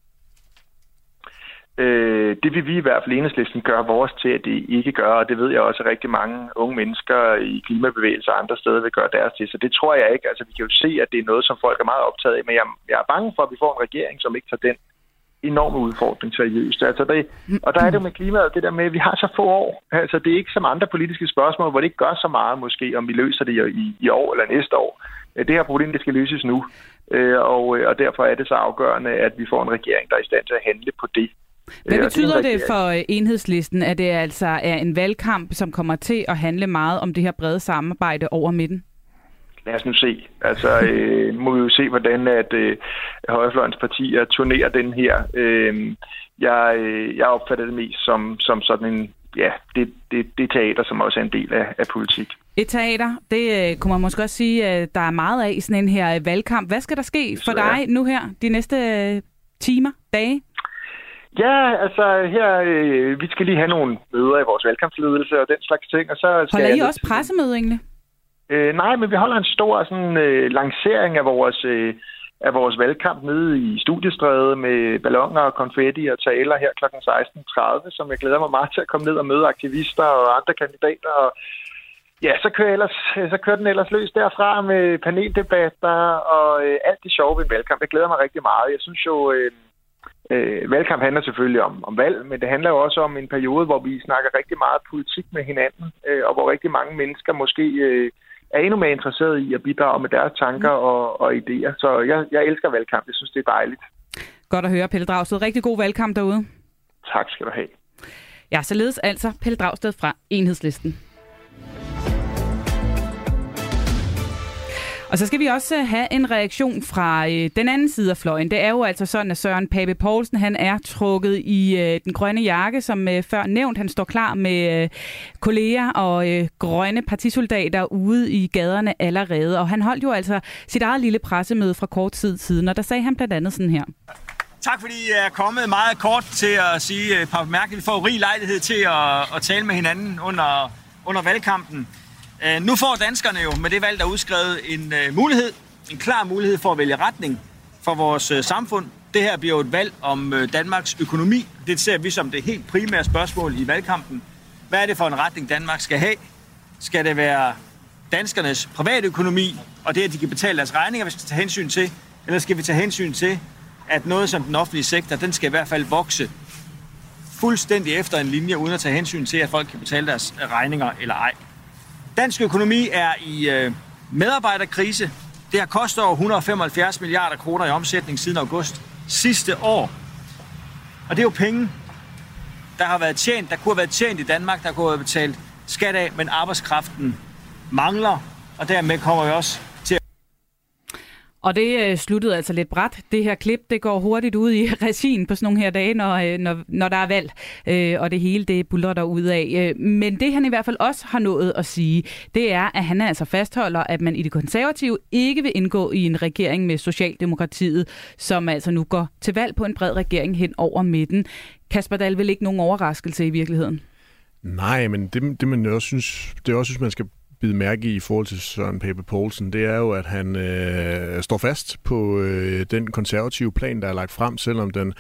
Det vil vi i hvert fald Enhedslisten gøre vores til, at det ikke gør, og det ved jeg også, at rigtig mange unge mennesker i klimabevægelser og andre steder vil gøre deres til. Så det tror jeg ikke. Altså, vi kan jo se, at det er noget, som folk er meget optaget af, men jeg er bange for, at vi får en regering, som ikke tager den enorme udfordring seriøst. Altså, og der er det med klimaet, det der med, at vi har så få år. Altså, det er ikke som andre politiske spørgsmål, hvor det ikke gør så meget måske, om vi løser det i år eller næste år. Det her problem, det skal løses nu. Og derfor er det så afgørende, at vi får en regering, der er i stand til at handle på det. Hvad betyder det for Enhedslisten, at det altså er en valgkamp, som kommer til at handle meget om det her brede samarbejde over midten? Lad os nu se. Altså, må vi jo se, hvordan at højrefløjens partier turnerer den her. Jeg opfatter det mest som sådan en, ja, det teater, som også er en del af politik. Et teater, det kunne man måske også sige, at der er meget af i sådan en her valgkamp. Hvad skal der ske for dig nu her, de næste timer, dage? Ja, altså her, vi skal lige have nogle møder i vores valgkampsledelse og den slags ting. Og så skal holder I også pressemøde egentlig? Nej, men vi holder en stor sådan, lancering af vores valgkamp nede i Studiestræde med balloner og konfetti og taler her kl. 16.30, som jeg glæder mig meget til at komme ned og møde aktivister og andre kandidater. Og ja, så kører den ellers løs derfra med paneldebatter og alt det sjove ved en valgkamp. Jeg glæder mig rigtig meget. Jeg synes jo... valgkamp handler selvfølgelig om valg, men det handler jo også om en periode, hvor vi snakker rigtig meget politik med hinanden, og hvor rigtig mange mennesker måske er endnu mere interesserede i at bidrage med deres tanker og idéer. Så jeg elsker valgkamp. Jeg synes, det er dejligt. Godt at høre, Pelle Dragsted. Rigtig god valgkamp derude. Tak skal du have. Ja, således altså Pelle Dragsted fra Enhedslisten. Og så skal vi også have en reaktion fra den anden side af fløjen. Det er jo altså sådan, at Søren Pape Poulsen, han er trukket i den grønne jakke, som før nævnt. Han står klar med kolleger og grønne partisoldater ude i gaderne allerede. Og han holdt jo altså sit eget lille pressemøde fra kort tid siden, og der sagde han blandt andet sådan her. Tak fordi I er kommet meget kort til at sige et par bemærkninger. Vi får rig lejlighed til at tale med hinanden under valgkampen. Nu får danskerne jo med det valg, der er udskrevet, en klar mulighed for at vælge retning for vores samfund. Det her bliver jo et valg om Danmarks økonomi. Det ser vi som det helt primære spørgsmål i valgkampen. Hvad er det for en retning, Danmark skal have? Skal det være danskernes private økonomi, og det, at de kan betale deres regninger, vi skal tage hensyn til? Eller skal vi tage hensyn til, at noget som den offentlige sektor, den skal i hvert fald vokse fuldstændig efter en linje, uden at tage hensyn til, at folk kan betale deres regninger eller ej? Dansk økonomi er i medarbejderkrise. Det har kostet over 175 milliarder kroner i omsætning siden august sidste år. Og det er jo penge, der har været tjent, der kunne have været tjent i Danmark, der kunne have betalt skat af, men arbejdskraften mangler, og dermed kommer vi også til. Og det sluttede altså lidt brat. Det her klip, det går hurtigt ud i regien på sådan nogle her dage, når der er valg, og det hele det buldrer der ud af. Men det han i hvert fald også har nået at sige, det er, at han altså fastholder, at man i det konservative ikke vil indgå i en regering med Socialdemokratiet, som altså nu går til valg på en bred regering hen over midten. Kasper Dahl, vil ikke nogen overraskelse i virkeligheden? Nej, men det man også synes, man skal bide mærke i forhold til Søren Pape Poulsen, det er jo, at han står fast på den konservative plan, der er lagt frem, selvom den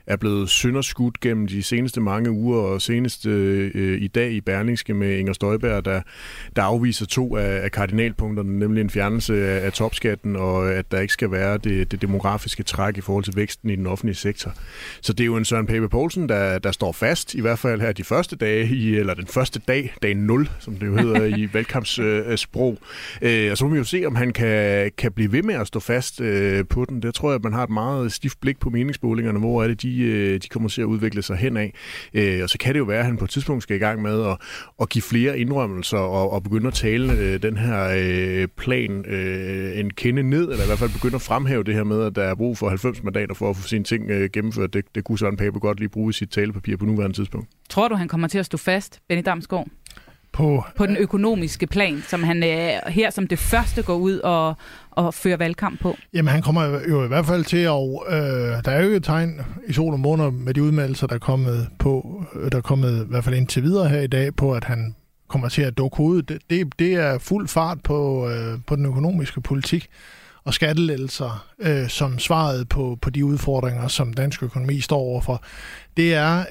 er blevet synderskudt gennem de seneste mange uger, og senest i dag i Berlingske med Inger Støjberg, der afviser 2 af kardinalpunkterne, nemlig en fjernelse af topskatten, og at der ikke skal være det demografiske træk i forhold til væksten i den offentlige sektor. Så det er jo en Søren Pape Poulsen, der står fast, i hvert fald her de første dage, eller den første dag 0, som det jo hedder i valgkampssprog. Og så må vi jo se, om han kan blive ved med at stå fast på den. Det tror jeg, at man har et meget stift blik på meningsmålingerne, hvor er det, de kommer til at udvikle sig henad. Og så kan det jo være, at han på et tidspunkt skal i gang med at give flere indrømmelser og begynde at tale den her plan en kende ned, eller i hvert fald begynde at fremhæve det her med, at der er brug for 90 mandater for at få sine ting gennemført. Det kunne Søren Pape godt lige bruge i sit talepapir på nuværende tidspunkt. Tror du, han kommer til at stå fast, Benny Damsgaard? På den økonomiske plan, som han her som det første går ud og fører valgkamp på? Jamen, han kommer jo i hvert fald til at... der er jo et tegn i sol og måneder med de udmeldelser, der er kommet i hvert fald indtil videre her i dag, på at han kommer til at dukke hovedet. Det er fuld fart på den økonomiske politik og skattelettelser som svaret på de udfordringer, som dansk økonomi står overfor. Det er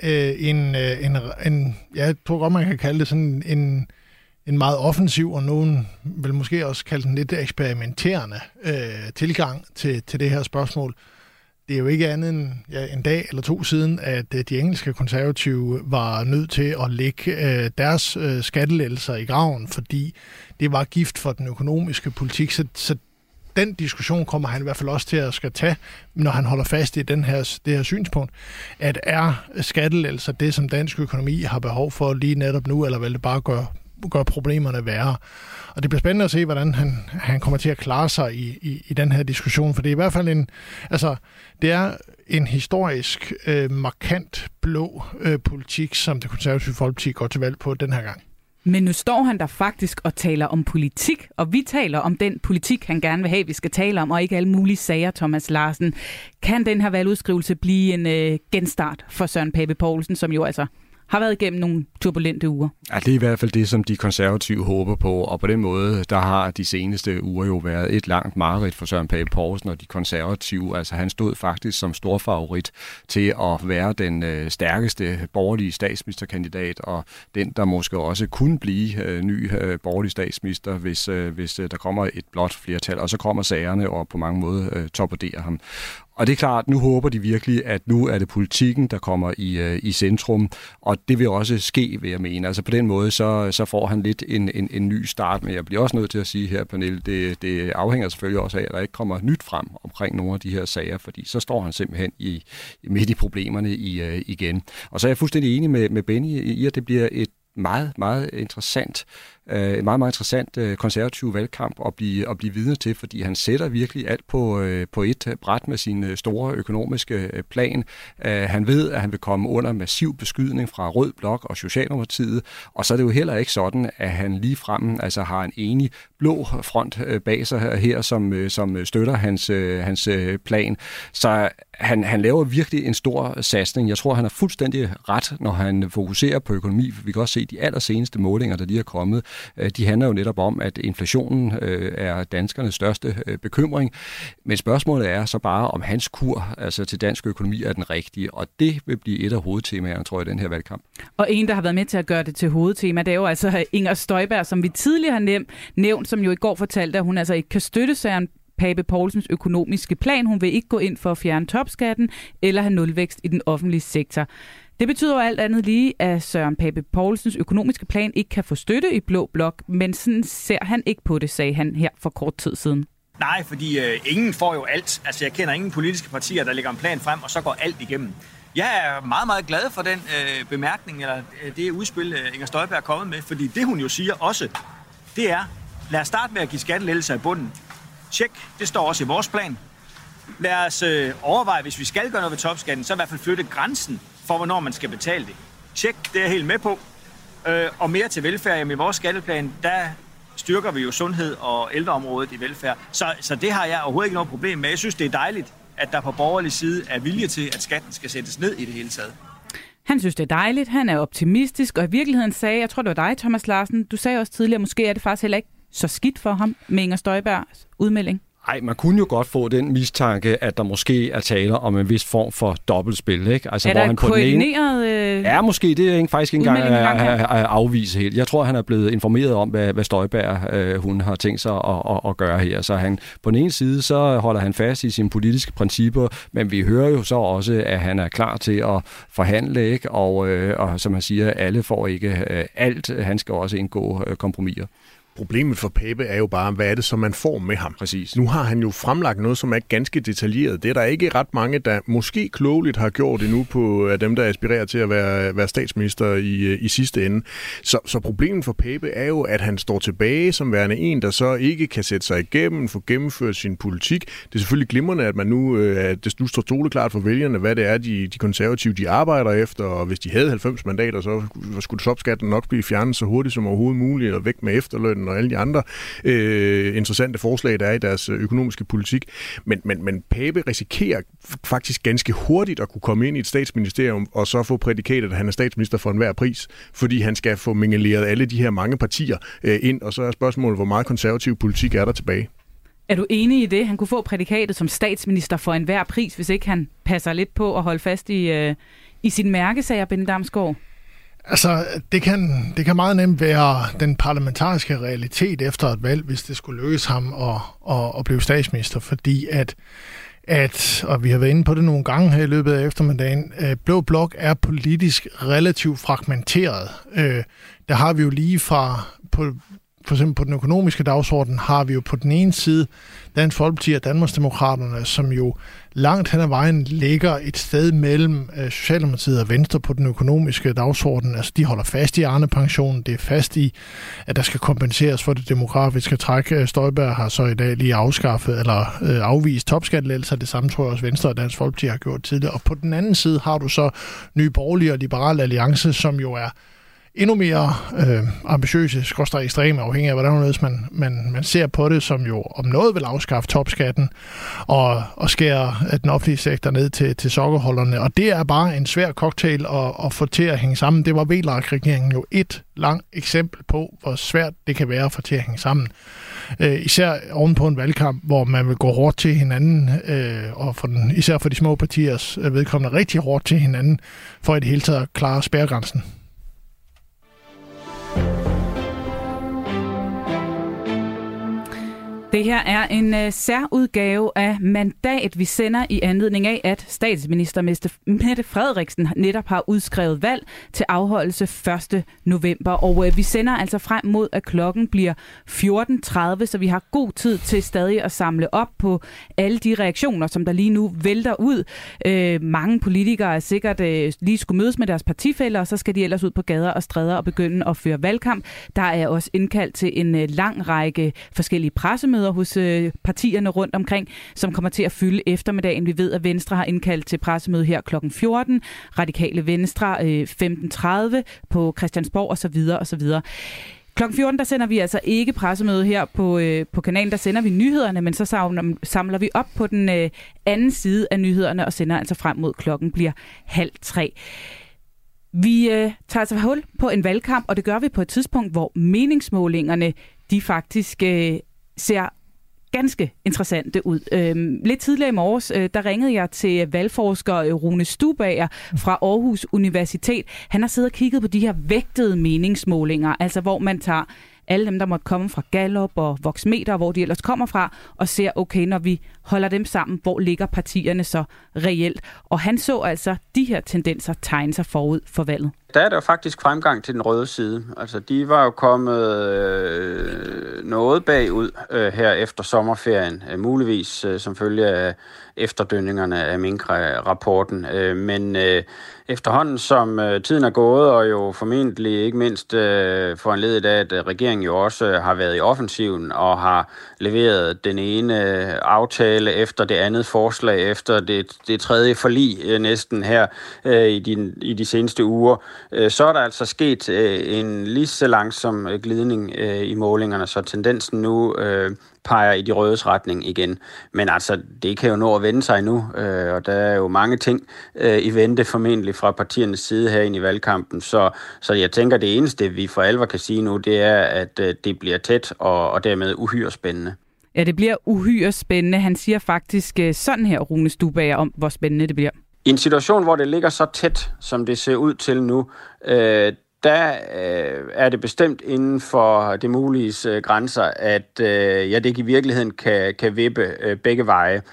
jeg tror godt, man kan kalde det sådan en meget offensiv, og nogen vil måske også kalde den lidt eksperimenterende tilgang til det her spørgsmål. Det er jo ikke andet end en dag eller 2 siden, at de engelske konservative var nødt til at lægge deres skattelettelser i graven, fordi det var gift for den økonomiske politik. Så den diskussion kommer han i hvert fald også til at skal tage, når han holder fast i det her synspunkt, at er skattelettelser det, som dansk økonomi har behov for lige netop nu, eller vil det bare gøre problemerne værre? Og det bliver spændende at se, hvordan han kommer til at klare sig i den her diskussion, for det er i hvert fald det er en historisk markant blå politik, som det konservative Folkeparti går til valg på den her gang. Men nu står han der faktisk og taler om politik, og vi taler om den politik, han gerne vil have, vi skal tale om, og ikke alle mulige sager, Thomas Larsen. Kan den her valgudskrivelse blive en genstart for Søren Pape Poulsen, som jo altså har været igennem nogle turbulente uger? Ja, det er i hvert fald det, som de konservative håber på, og på den måde, der har de seneste uger jo været et langt mareridt for Søren Pape Poulsen og de konservative. Altså han stod faktisk som stor favorit til at være den stærkeste borgerlige statsministerkandidat, og den, der måske også kunne blive ny borgerlig statsminister, hvis der kommer et blot flertal, og så kommer sagerne og på mange måder torpederer ham. Og det er klart, nu håber de virkelig, at nu er det politikken, der kommer i centrum, og det vil også ske, vil jeg mene. Altså på den måde, så får han lidt en ny start, men jeg bliver også nødt til at sige her, Pernille, det afhænger selvfølgelig også af, at der ikke kommer nyt frem omkring nogle af de her sager, fordi så står han simpelthen midt i problemerne igen. Og så er jeg fuldstændig enig med Benny i, at det bliver et meget, meget interessant konservativ valgkamp at blive vidne til, fordi han sætter virkelig alt på et bræt med sin store økonomiske plan. Han ved, at han vil komme under massiv beskydning fra Rød Blok og Socialdemokratiet, og så er det jo heller ikke sådan, at han ligefrem altså har en enig blå front bag sig her, som støtter hans plan. Så han laver virkelig en stor satsning. Jeg tror, han har fuldstændig ret, når han fokuserer på økonomi. Vi kan også se, at de allerseneste målinger, der lige er kommet, de handler jo netop om, at inflationen er danskernes største bekymring. Men spørgsmålet er så bare, om hans kur altså til dansk økonomi er den rigtige, og det vil blive et af hovedtemaerne, tror jeg, i den her valgkamp. Og en, der har været med til at gøre det til hovedtema, det er jo altså Inger Støjberg, som vi tidligere har nævnt, som jo i går fortalte, at hun altså ikke kan støtte Søren Pape Poulsens økonomiske plan. Hun vil ikke gå ind for at fjerne topskatten eller have nulvækst i den offentlige sektor. Det betyder jo alt andet lige, at Søren Pape Poulsens økonomiske plan ikke kan få støtte i Blå Blok, men sådan ser han ikke på det, sagde han her for kort tid siden. Nej, fordi ingen får jo alt. Altså jeg kender ingen politiske partier, der lægger en plan frem, og så går alt igennem. Jeg er meget, meget glad for den bemærkning, eller det udspil, Inger Støjberg er kommet med, fordi det hun jo siger også, det er, lad os starte med at give skattelettelser i bunden. Tjek, det står også i vores plan. Lad os overveje, hvis vi skal gøre noget ved topskatten, så i hvert fald flytte grænsen for, hvornår man skal betale det. Tjek, det er jeg helt med på. Og mere til velfærd. Jamen, i vores skatteplan, der styrker vi jo sundhed og ældreområdet i velfærd. Så det har jeg overhovedet ikke noget problem med. Jeg synes, det er dejligt, at der på borgerlig side er vilje til, at skatten skal sættes ned i det hele taget. Han synes, det er dejligt. Han er optimistisk, og i virkeligheden sagde, jeg tror, det var dig, Thomas Larsen, du sagde også tidligere, måske er det faktisk heller ikke så skidt for ham med Inger Støjbergs udmelding. Ej, man kunne jo godt få den mistanke, at der måske er tale om en vis form for dobbeltspil, ikke? Altså, er der koordineret... Ja, måske. Det er faktisk ikke engang at afvise helt. Jeg tror, han er blevet informeret om, hvad Støjberg hun har tænkt sig at gøre her. Så han, på den ene side, så holder han fast i sine politiske principper, men vi hører jo så også, at han er klar til at forhandle, ikke? Og som han siger, alle får ikke alt. Han skal også indgå kompromiser. Problemet for Pape er jo bare, hvad er det, som man får med ham? Præcis. Nu har han jo fremlagt noget, som er ganske detaljeret. Det er der ikke ret mange, der måske klogeligt har gjort endnu på af dem, der aspirerer til at være statsminister i sidste ende. Så problemet for Pape er jo, at han står tilbage som værende en, der så ikke kan sætte sig igennem, få gennemført sin politik. Det er selvfølgelig glimrende, at man nu står toleklart for vælgerne, hvad det er, de konservative de arbejder efter, og hvis de havde 90 mandater, så skulle topskatten nok blive fjernet så hurtigt som overhovedet muligt, og væk med efterløn og alle de andre interessante forslag, der er i deres økonomiske politik. Men Pape risikerer faktisk ganske hurtigt at kunne komme ind i et statsministerium og så få prædikatet, at han er statsminister for enhver pris, fordi han skal få mingeleret alle de her mange partier ind, og så er spørgsmålet, hvor meget konservativ politik er der tilbage. Er du enig i det? Han kunne få prædikatet som statsminister for enhver pris, hvis ikke han passer lidt på at holde fast i sin mærkesager, Bente Damsgaard? Altså, det kan meget nemt være den parlamentariske realitet efter et valg, hvis det skulle lykkes ham at blive statsminister, fordi at, og vi har været inde på det nogle gange her i løbet af eftermiddagen, Blå Blok er politisk relativt fragmenteret. Der har vi jo lige for eksempel på den økonomiske dagsorden, har vi jo på den ene side Dansk Folkeparti og Danmarksdemokraterne, som jo langt hen ad vejen ligger et sted mellem Socialdemokratiet og Venstre på den økonomiske dagsorden. Altså, de holder fast i Arne-pensionen, det er fast i, at der skal kompenseres for det demografiske træk. Støjberg har så i dag lige afskaffet eller afvist topskattelettelser. Det samme tror jeg også Venstre og Dansk Folkeparti har gjort tidligere. Og på den anden side har du så Nye Borgerlige og Liberal Alliance, som jo er endnu mere ambitiøse, skråstreg ekstreme, afhængig af, hvordan man ser på det, som jo om noget vil afskaffe topskatten og skære den offentlige sektor ned til sokkerholderne. Og det er bare en svær cocktail at få til at hænge sammen. Det var VLAK-regeringen jo et langt eksempel på, hvor svært det kan være at få til at hænge sammen. Især ovenpå en valgkamp, hvor man vil gå hårdt til hinanden, og især for de små partiers vedkommende rigtig hårdt til hinanden, for i det hele taget at klare spærregrænsen. Det her er en særudgave af Mandat, vi sender i anledning af, at statsminister Mette Frederiksen netop har udskrevet valg til afholdelse 1. november. Og vi sender altså frem mod, at klokken bliver 14.30, så vi har god tid til stadig at samle op på alle de reaktioner, som der lige nu vælter ud. Mange politikere er sikkert lige skulle mødes med deres partifæller, og så skal de ellers ud på gader og stræder og begynde at føre valgkamp. Der er også indkaldt til en lang række forskellige pressemøder hos partierne rundt omkring, som kommer til at fylde eftermiddagen. Vi ved, at Venstre har indkaldt til pressemøde her kl. 14, Radikale Venstre 15.30 på Christiansborg osv. osv. Klokken 14, der sender vi altså ikke pressemøde her på kanalen, der sender vi nyhederne, men så samler vi op på den anden side af nyhederne og sender altså frem mod klokken bliver 2:30. Vi tager altså hul på en valgkamp, og det gør vi på et tidspunkt, hvor meningsmålingerne, de faktisk ser ganske interessante ud. Lidt tidligere i morges, der ringede jeg til valgforsker Rune Stubager fra Aarhus Universitet. Han har siddet og kigget på de her vægtede meningsmålinger, altså hvor man tager alle dem, der måtte komme fra Gallup og Voxmeter, hvor de ellers kommer fra, og ser, okay, når vi holder dem sammen, hvor ligger partierne så reelt? Og han så altså de her tendenser tegne sig forud for valget. Der er der jo faktisk fremgang til den røde side. Altså, de var jo kommet noget bagud her efter sommerferien, muligvis som følge af efterdønningerne af Mink-rapporten. Men efterhånden som tiden er gået, og jo formentlig ikke mindst foranledet af, at regeringen jo også har været i offensiven og har leveret den ene aftale efter det andet forslag, efter det tredje forlig næsten her i de seneste uger, så er der altså sket en lige så langsom glidning i målingerne, så tendensen nu peger i de rødes retning igen. Men altså, det kan jo nå at vende sig nu, og der er jo mange ting i vente formentlig fra partiernes side her ind i valgkampen. Så jeg tænker, det eneste, vi for alvor kan sige nu, det er, at det bliver tæt og dermed uhyre spændende. Ja, det bliver uhyre spændende. Han siger faktisk sådan her, Rune Stubager, om hvor spændende det bliver. I en situation, hvor det ligger så tæt, som det ser ud til nu, der er det bestemt inden for det muliges grænser, at det i virkeligheden kan vippe begge veje.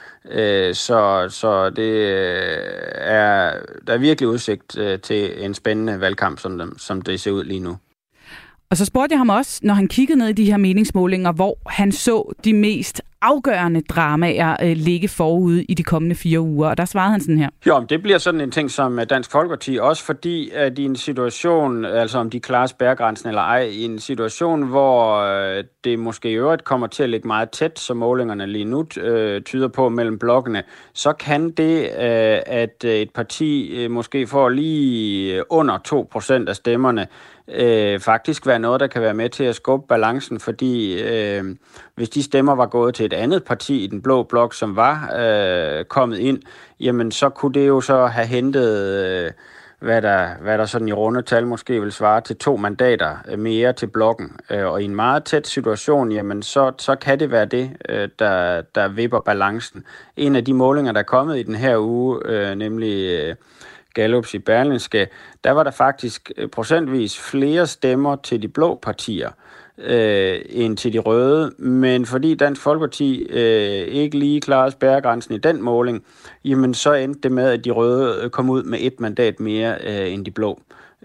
Så det der er virkelig udsigt til en spændende valgkamp, som det ser ud lige nu. Og så spurgte jeg ham også, når han kiggede ned i de her meningsmålinger, hvor han så de mest afgørende dramaer ligge forude i de kommende 4 uger. Og der svarede han sådan her. Jo, det bliver sådan en ting som Dansk Folkeparti, også fordi at i en situation, altså om de klarer spærregrænsen eller ej, i en situation, hvor det måske i øvrigt kommer til at ligge meget tæt, som målingerne lige nu tyder på mellem blokkene, så kan det, at et parti måske får lige under 2% af stemmerne, faktisk være noget, der kan være med til at skubbe balancen, fordi hvis de stemmer var gået til et andet parti i den blå blok, som var kommet ind, jamen så kunne det jo så have hentet, hvad der sådan i runde tal måske vil svare til 2 mandater mere til blokken. Og i en meget tæt situation, jamen så kan det være det, der vipper balancen. En af de målinger, der er kommet i den her uge, nemlig Gallups i Berlingske, der var der faktisk procentvis flere stemmer til de blå partier end til de røde, men fordi Dansk Folkeparti ikke lige klarede spærregrænsen i den måling, jamen så endte det med, at de røde kom ud med 1 mandat mere end de blå.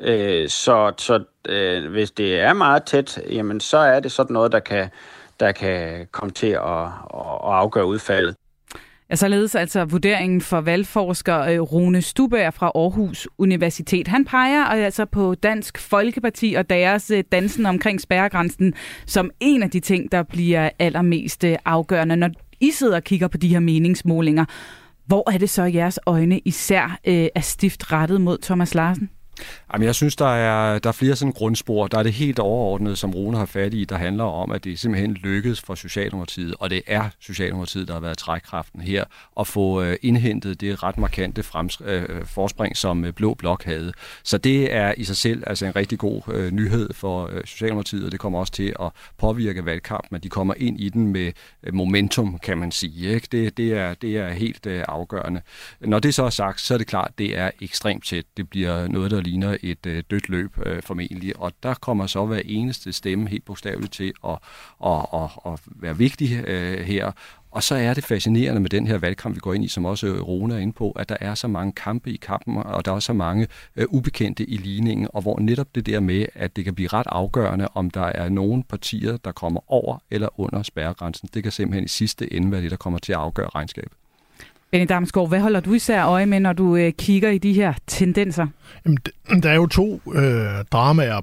Så hvis det er meget tæt, jamen så er det sådan noget, der kan komme til at afgøre udfaldet. Ja, således altså vurderingen for valgforsker Rune Stubager fra Aarhus Universitet. Han peger altså på Dansk Folkeparti og deres dansen omkring spærregrænsen som en af de ting, der bliver allermest afgørende. Når I sidder og kigger på de her meningsmålinger, hvor er det så jeres øjne især er stift rettet mod Thomas Larsen? Jamen, jeg synes, der er flere sådan grundspor. Der er det helt overordnede, som Rune har fat i, der handler om, at det simpelthen lykkedes for Socialdemokratiet, og det er Socialdemokratiet, der har været trækkraften her, at få indhentet det ret markante forspring, som Blå Blok havde. Så det er i sig selv altså en rigtig god nyhed for Socialdemokratiet, og det kommer også til at påvirke valgkampen, at de kommer ind i den med momentum, kan man sige. Ikke? Det er helt afgørende. Når det så er sagt, så er det klart, at det er ekstremt tæt. Det bliver noget, der ligner et dødt løb formentlig, og der kommer så hver eneste stemme helt bogstaveligt til at være vigtig her. Og så er det fascinerende med den her valgkamp, vi går ind i, som også Rune er inde på, at der er så mange kampe i kampen, og der er så mange ubekendte i ligningen, og hvor netop det der med, at det kan blive ret afgørende, om der er nogle partier, der kommer over eller under spærregrænsen. Det kan simpelthen i sidste ende være det, der kommer til at afgøre regnskabet. Benny Damsgaard, hvad holder du især øje med, når du kigger i de her tendenser? Jamen, der er jo 2 dramaer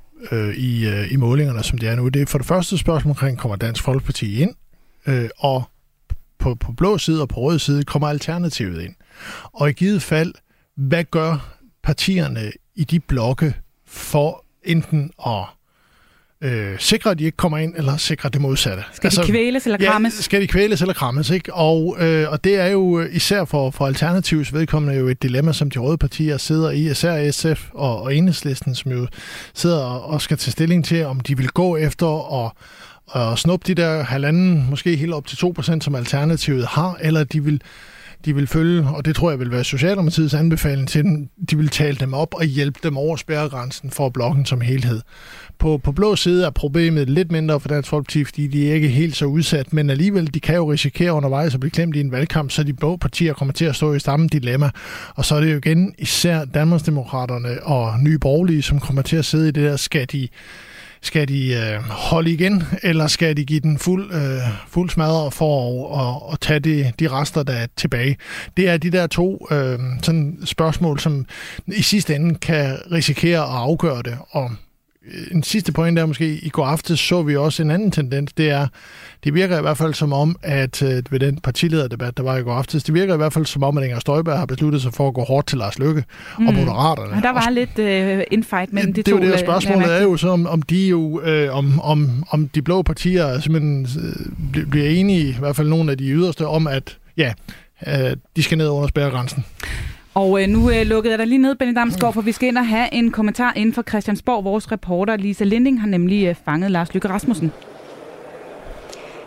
i målingerne, som det er nu. Det er for det første spørgsmål omkring, kommer Dansk Folkeparti ind, og på blå side og på rød side kommer Alternativet ind. Og i givet fald, hvad gør partierne i de blokke for enten at sikre, at de ikke kommer ind, eller sikre det modsatte. Skal de kvæles eller krammes? Ja, skal de kvæles eller krammes, ikke? Og det er jo især for Alternativs vedkommende jo et dilemma, som de røde partier sidder i, især SF og Enhedslisten, som jo sidder og skal tage stilling til, om de vil gå efter og snuppe de der 1,5, måske helt op til 2%, som Alternativet har, eller de vil følge, og det tror jeg vil være Socialdemokratiets anbefaling til dem, de vil tale dem op og hjælpe dem over spærregrænsen for blokken som helhed. På blå side er problemet lidt mindre for Dansk Folkeparti, fordi de er ikke helt så udsat, men alligevel, de kan jo risikere undervejs at blive klemt i en valgkamp, så de blå partier kommer til at stå i samme dilemma. Og så er det jo igen især Danmarksdemokraterne og Nye Borgerlige, som kommer til at sidde i det der, skal de holde igen, eller skal de give den fuld smadre for at tage de rester, der er tilbage? Det er de der 2 sådan spørgsmål, som i sidste ende kan risikere at afgøre det. Og en sidste point er måske, i går aftes så vi også en anden tendens, det virker i hvert fald som om, at ved den partilederdebat, der var i går aftes, det virker i hvert fald som om, at Inger Støjberg har besluttet sig for at gå hårdt til Lars Løkke og Moderaterne. Og der var lidt infight mellem de 2. Det er jo det, spørgsmålet er jo så, om de jo, om de blå partier simpelthen bliver enige, i hvert fald nogle af de yderste, om at de skal ned under spærregrænsen. Og nu lukkede jeg dig lige ned, Benny Damsgaard, for vi skal ind og have en kommentar inden for Christiansborg. Vores reporter Lisa Linding har nemlig fanget Lars Løkke Rasmussen.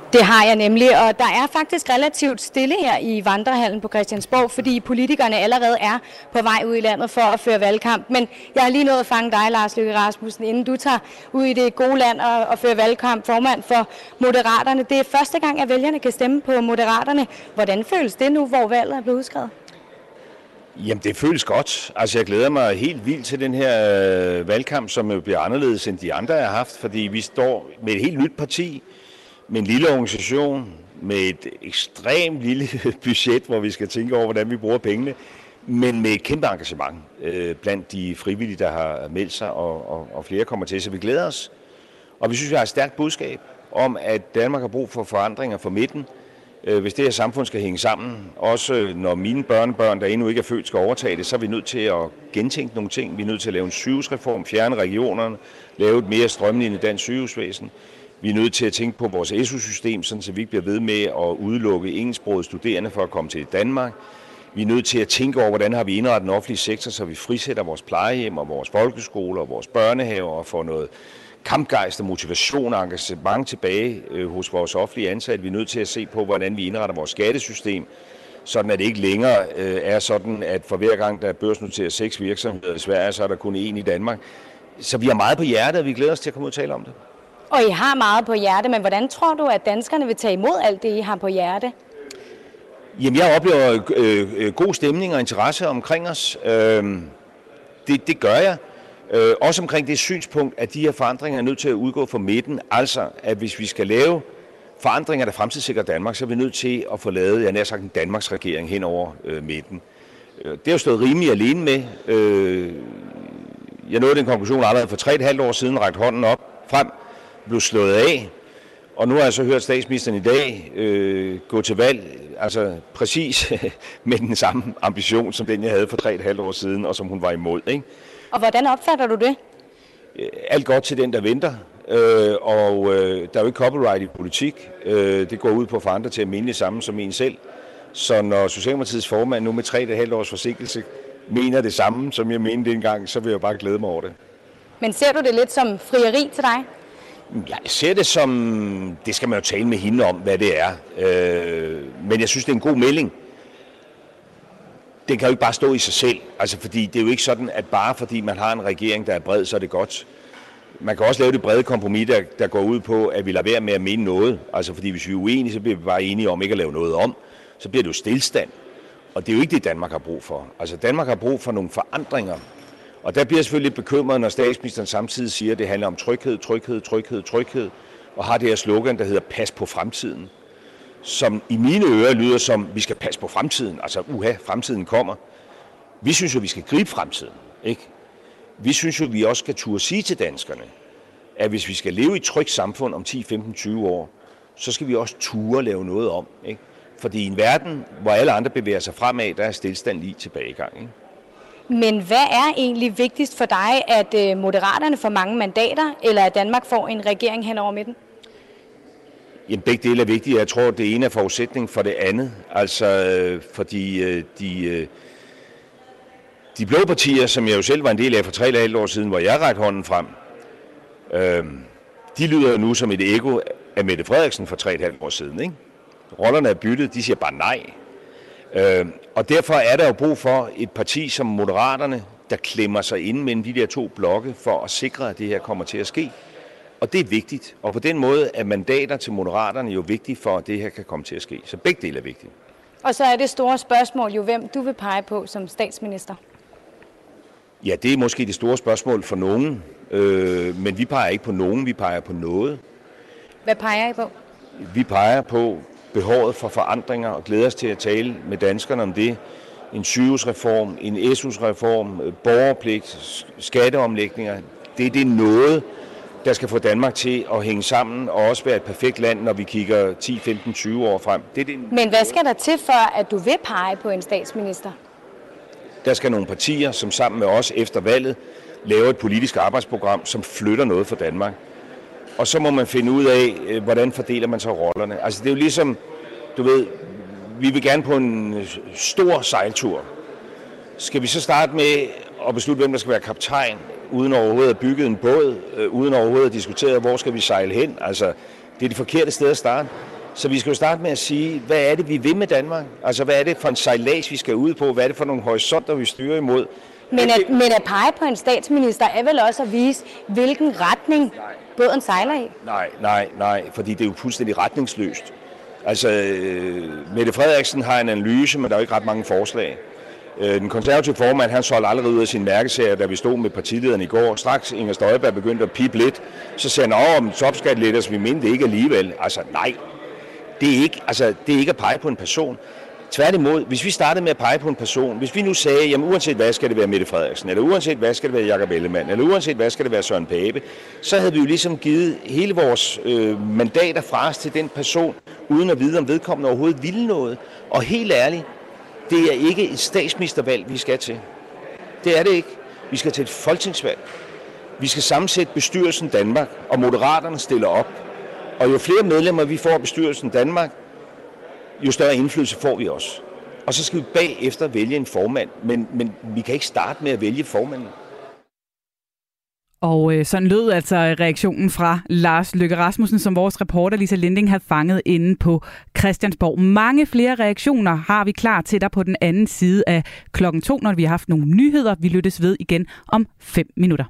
Det har jeg nemlig, og der er faktisk relativt stille her i vandrehallen på Christiansborg, fordi politikerne allerede er på vej ud i landet for at føre valgkamp. Men jeg har lige nået at fange dig, Lars Løkke Rasmussen, inden du tager ud i det gode land og fører valgkamp, formand for Moderaterne. Det er første gang, at vælgerne kan stemme på Moderaterne. Hvordan føles det nu, hvor valget er blevet udskrevet? Jamen, det føles godt. Altså, jeg glæder mig helt vildt til den her valgkamp, som jo bliver anderledes end de andre, jeg har haft, fordi vi står med et helt nyt parti, med en lille organisation, med et ekstremt lille budget, hvor vi skal tænke over, hvordan vi bruger pengene, men med et kæmpe engagement blandt de frivillige, der har meldt sig, og flere kommer til, så vi glæder os. Og vi synes, vi har et stærkt budskab om, at Danmark har brug for forandringer for midten, hvis det her samfund skal hænge sammen. Også når mine børnebørn, der endnu ikke er født, skal overtage det, så er vi nødt til at gentænke nogle ting. Vi er nødt til at lave en sygehusreform, fjerne regionerne, lave et mere strømlinet dansk sygehusvæsen. Vi er nødt til at tænke på vores SU-system, så vi ikke bliver ved med at udelukke engelsksprogede studerende for at komme til Danmark. Vi er nødt til at tænke over, hvordan har vi indrettet den offentlige sektor, så vi frisætter vores plejehjem og vores folkeskoler og vores børnehaver og får noget kampgejst og motivation og engagement tilbage hos vores offentlige ansatte. Vi er nødt til at se på, hvordan vi indretter vores skattesystem, sådan at det ikke længere er sådan, at for hver gang der er børsnoteret 6 virksomheder i Sverige, så er der kun 1 i Danmark. Så vi har meget på hjertet, og vi glæder os til at komme ud og tale om det. Og I har meget på hjerte, men hvordan tror du, at danskerne vil tage imod alt det, I har på hjerte? Jamen, jeg oplever god stemning og interesse omkring os. Det gør jeg. Også omkring det synspunkt, at de her forandringer er nødt til at udgå fra midten. Altså, at hvis vi skal lave forandringer, der fremtidssikrer Danmark, så er vi nødt til at få lavet, jeg nær sagt, en Danmarks regering hen over midten. Det har jo stået rimelig alene med. Jeg nåede den konklusion allerede for 3,5 år siden, rakte hånden op frem, blev slået af. Og nu har jeg så hørt statsministeren i dag gå til valg, altså præcis med den samme ambition, som den jeg havde for 3,5 år siden, og som hun var imod, ikke? Og hvordan opfatter du det? Alt godt til den, der venter. Der er jo ikke copyright i politik. Det går ud på at få andre til at mene det samme som en selv. Så når Socialdemokratiets formand nu med 3,5 års forsinkelse mener det samme, som jeg mente dengang, så vil jeg bare glæde mig over det. Men ser du det lidt som frieri til dig? Jeg ser det som, det skal man jo tale med hende om, hvad det er. Men jeg synes, det er en god melding. Den kan jo ikke bare stå i sig selv, altså fordi det er jo ikke sådan, at bare fordi man har en regering, der er bred, så er det godt. Man kan også lave det brede kompromis, der går ud på, at vi lader være med at mene noget. Altså fordi hvis vi er uenige, så bliver vi bare enige om ikke at lave noget om. Så bliver det jo stillstand. Og det er jo ikke det, Danmark har brug for. Altså Danmark har brug for nogle forandringer. Og der bliver jeg selvfølgelig lidt bekymret, når statsministeren samtidig siger, at det handler om tryghed, tryghed, tryghed, tryghed. Og har det her slogan, der hedder pas på fremtiden. Som i mine ører lyder som, vi skal passe på fremtiden. Altså, fremtiden kommer. Vi synes jo, vi skal gribe fremtiden, ikke? Vi synes jo, vi også skal turde sige til danskerne, at hvis vi skal leve i et trygt samfund om 10, 15, 20 år, så skal vi også turde lave noget om, ikke? Fordi i en verden, hvor alle andre bevæger sig fremad, der er stillstand lige tilbagegang, ikke? Men hvad er egentlig vigtigst for dig, at Moderaterne får mange mandater, eller at Danmark får en regering hen over midten? Jamen, begge dele er vigtige. Jeg tror, det ene er forudsætning for det andet. Altså, fordi de blå partier, som jeg jo selv var en del af for 3,5 år siden, hvor jeg rakte hånden frem, de lyder nu som et ego af Mette Frederiksen for 3,5 år siden, ikke? Rollerne er byttet, de siger bare nej. Og derfor er der jo brug for et parti som Moderaterne, der klemmer sig ind mellem de der to blokke for at sikre, at det her kommer til at ske. Og det er vigtigt. Og på den måde er mandater til Moderaterne jo vigtige for, at det her kan komme til at ske. Så begge dele er vigtige. Og så er det store spørgsmål jo, hvem du vil pege på som statsminister. Ja, det er måske det store spørgsmål for nogen. Men vi peger ikke på nogen, vi peger på noget. Hvad peger I på? Vi peger på behovet for forandringer og glæder os til at tale med danskerne om det. En sygehusreform, en SU-reform, borgerpligt, skatteomlægninger. Det er noget, der skal få Danmark til at hænge sammen og også være et perfekt land, når vi kigger 10, 15, 20 år frem. Men hvad skal der til for, at du vil pege på en statsminister? Der skal nogle partier, som sammen med os efter valget, laver et politisk arbejdsprogram, som flytter noget for Danmark. Og så må man finde ud af, hvordan fordeler man så rollerne. Altså det er jo ligesom, du ved, vi vil gerne på en stor sejltur. Skal vi så starte med at beslutte, hvem der skal være kaptajn, uden overhovedet at bygge en båd, uden overhovedet at diskutere, hvor skal vi sejle hen? Altså, det er det forkerte sted at starte. Så vi skal jo starte med at sige, hvad er det, vi vil med Danmark? Altså, hvad er det for en sejlads, vi skal ud på? Hvad er det for nogle horisonter, vi styrer imod? Men at pege på en statsminister er vel også at vise, hvilken retning båden sejler i? Nej, fordi det er jo fuldstændig retningsløst. Altså, Mette Frederiksen har en analyse, men der er jo ikke ret mange forslag. Den konservative formand, han solgte allerede ud af sin mærkesager, da vi stod med partilederen i går. Straks Inger Støjberg begyndte at pipe lidt, så sagde han om topskattelettelser, så vi mente det ikke alligevel. Altså nej, det er ikke at pege på en person. Tværtimod, hvis vi startede med at pege på en person, hvis vi nu sagde, jamen uanset hvad skal det være Mette Frederiksen, eller uanset hvad skal det være Jakob Ellemann, eller uanset hvad skal det være Søren Pape, så havde vi jo ligesom givet hele vores mandater fra os til den person, uden at vide om vedkommende overhovedet ville noget. Og helt ærligt, det er ikke et statsministervalg, vi skal til. Det er det ikke. Vi skal til et folketingsvalg. Vi skal sammensætte bestyrelsen Danmark, og Moderaterne stiller op. Og jo flere medlemmer vi får af bestyrelsen Danmark, jo større indflydelse får vi også. Og så skal vi bagefter vælge en formand, men vi kan ikke starte med at vælge formanden. Og sådan lød altså reaktionen fra Lars Løkke Rasmussen, som vores reporter Lisa Linding havde fanget inde på Christiansborg. Mange flere reaktioner har vi klar til dig på den anden side af 2:00, når vi har haft nogle nyheder. Vi lyttes ved igen om 5 minutter.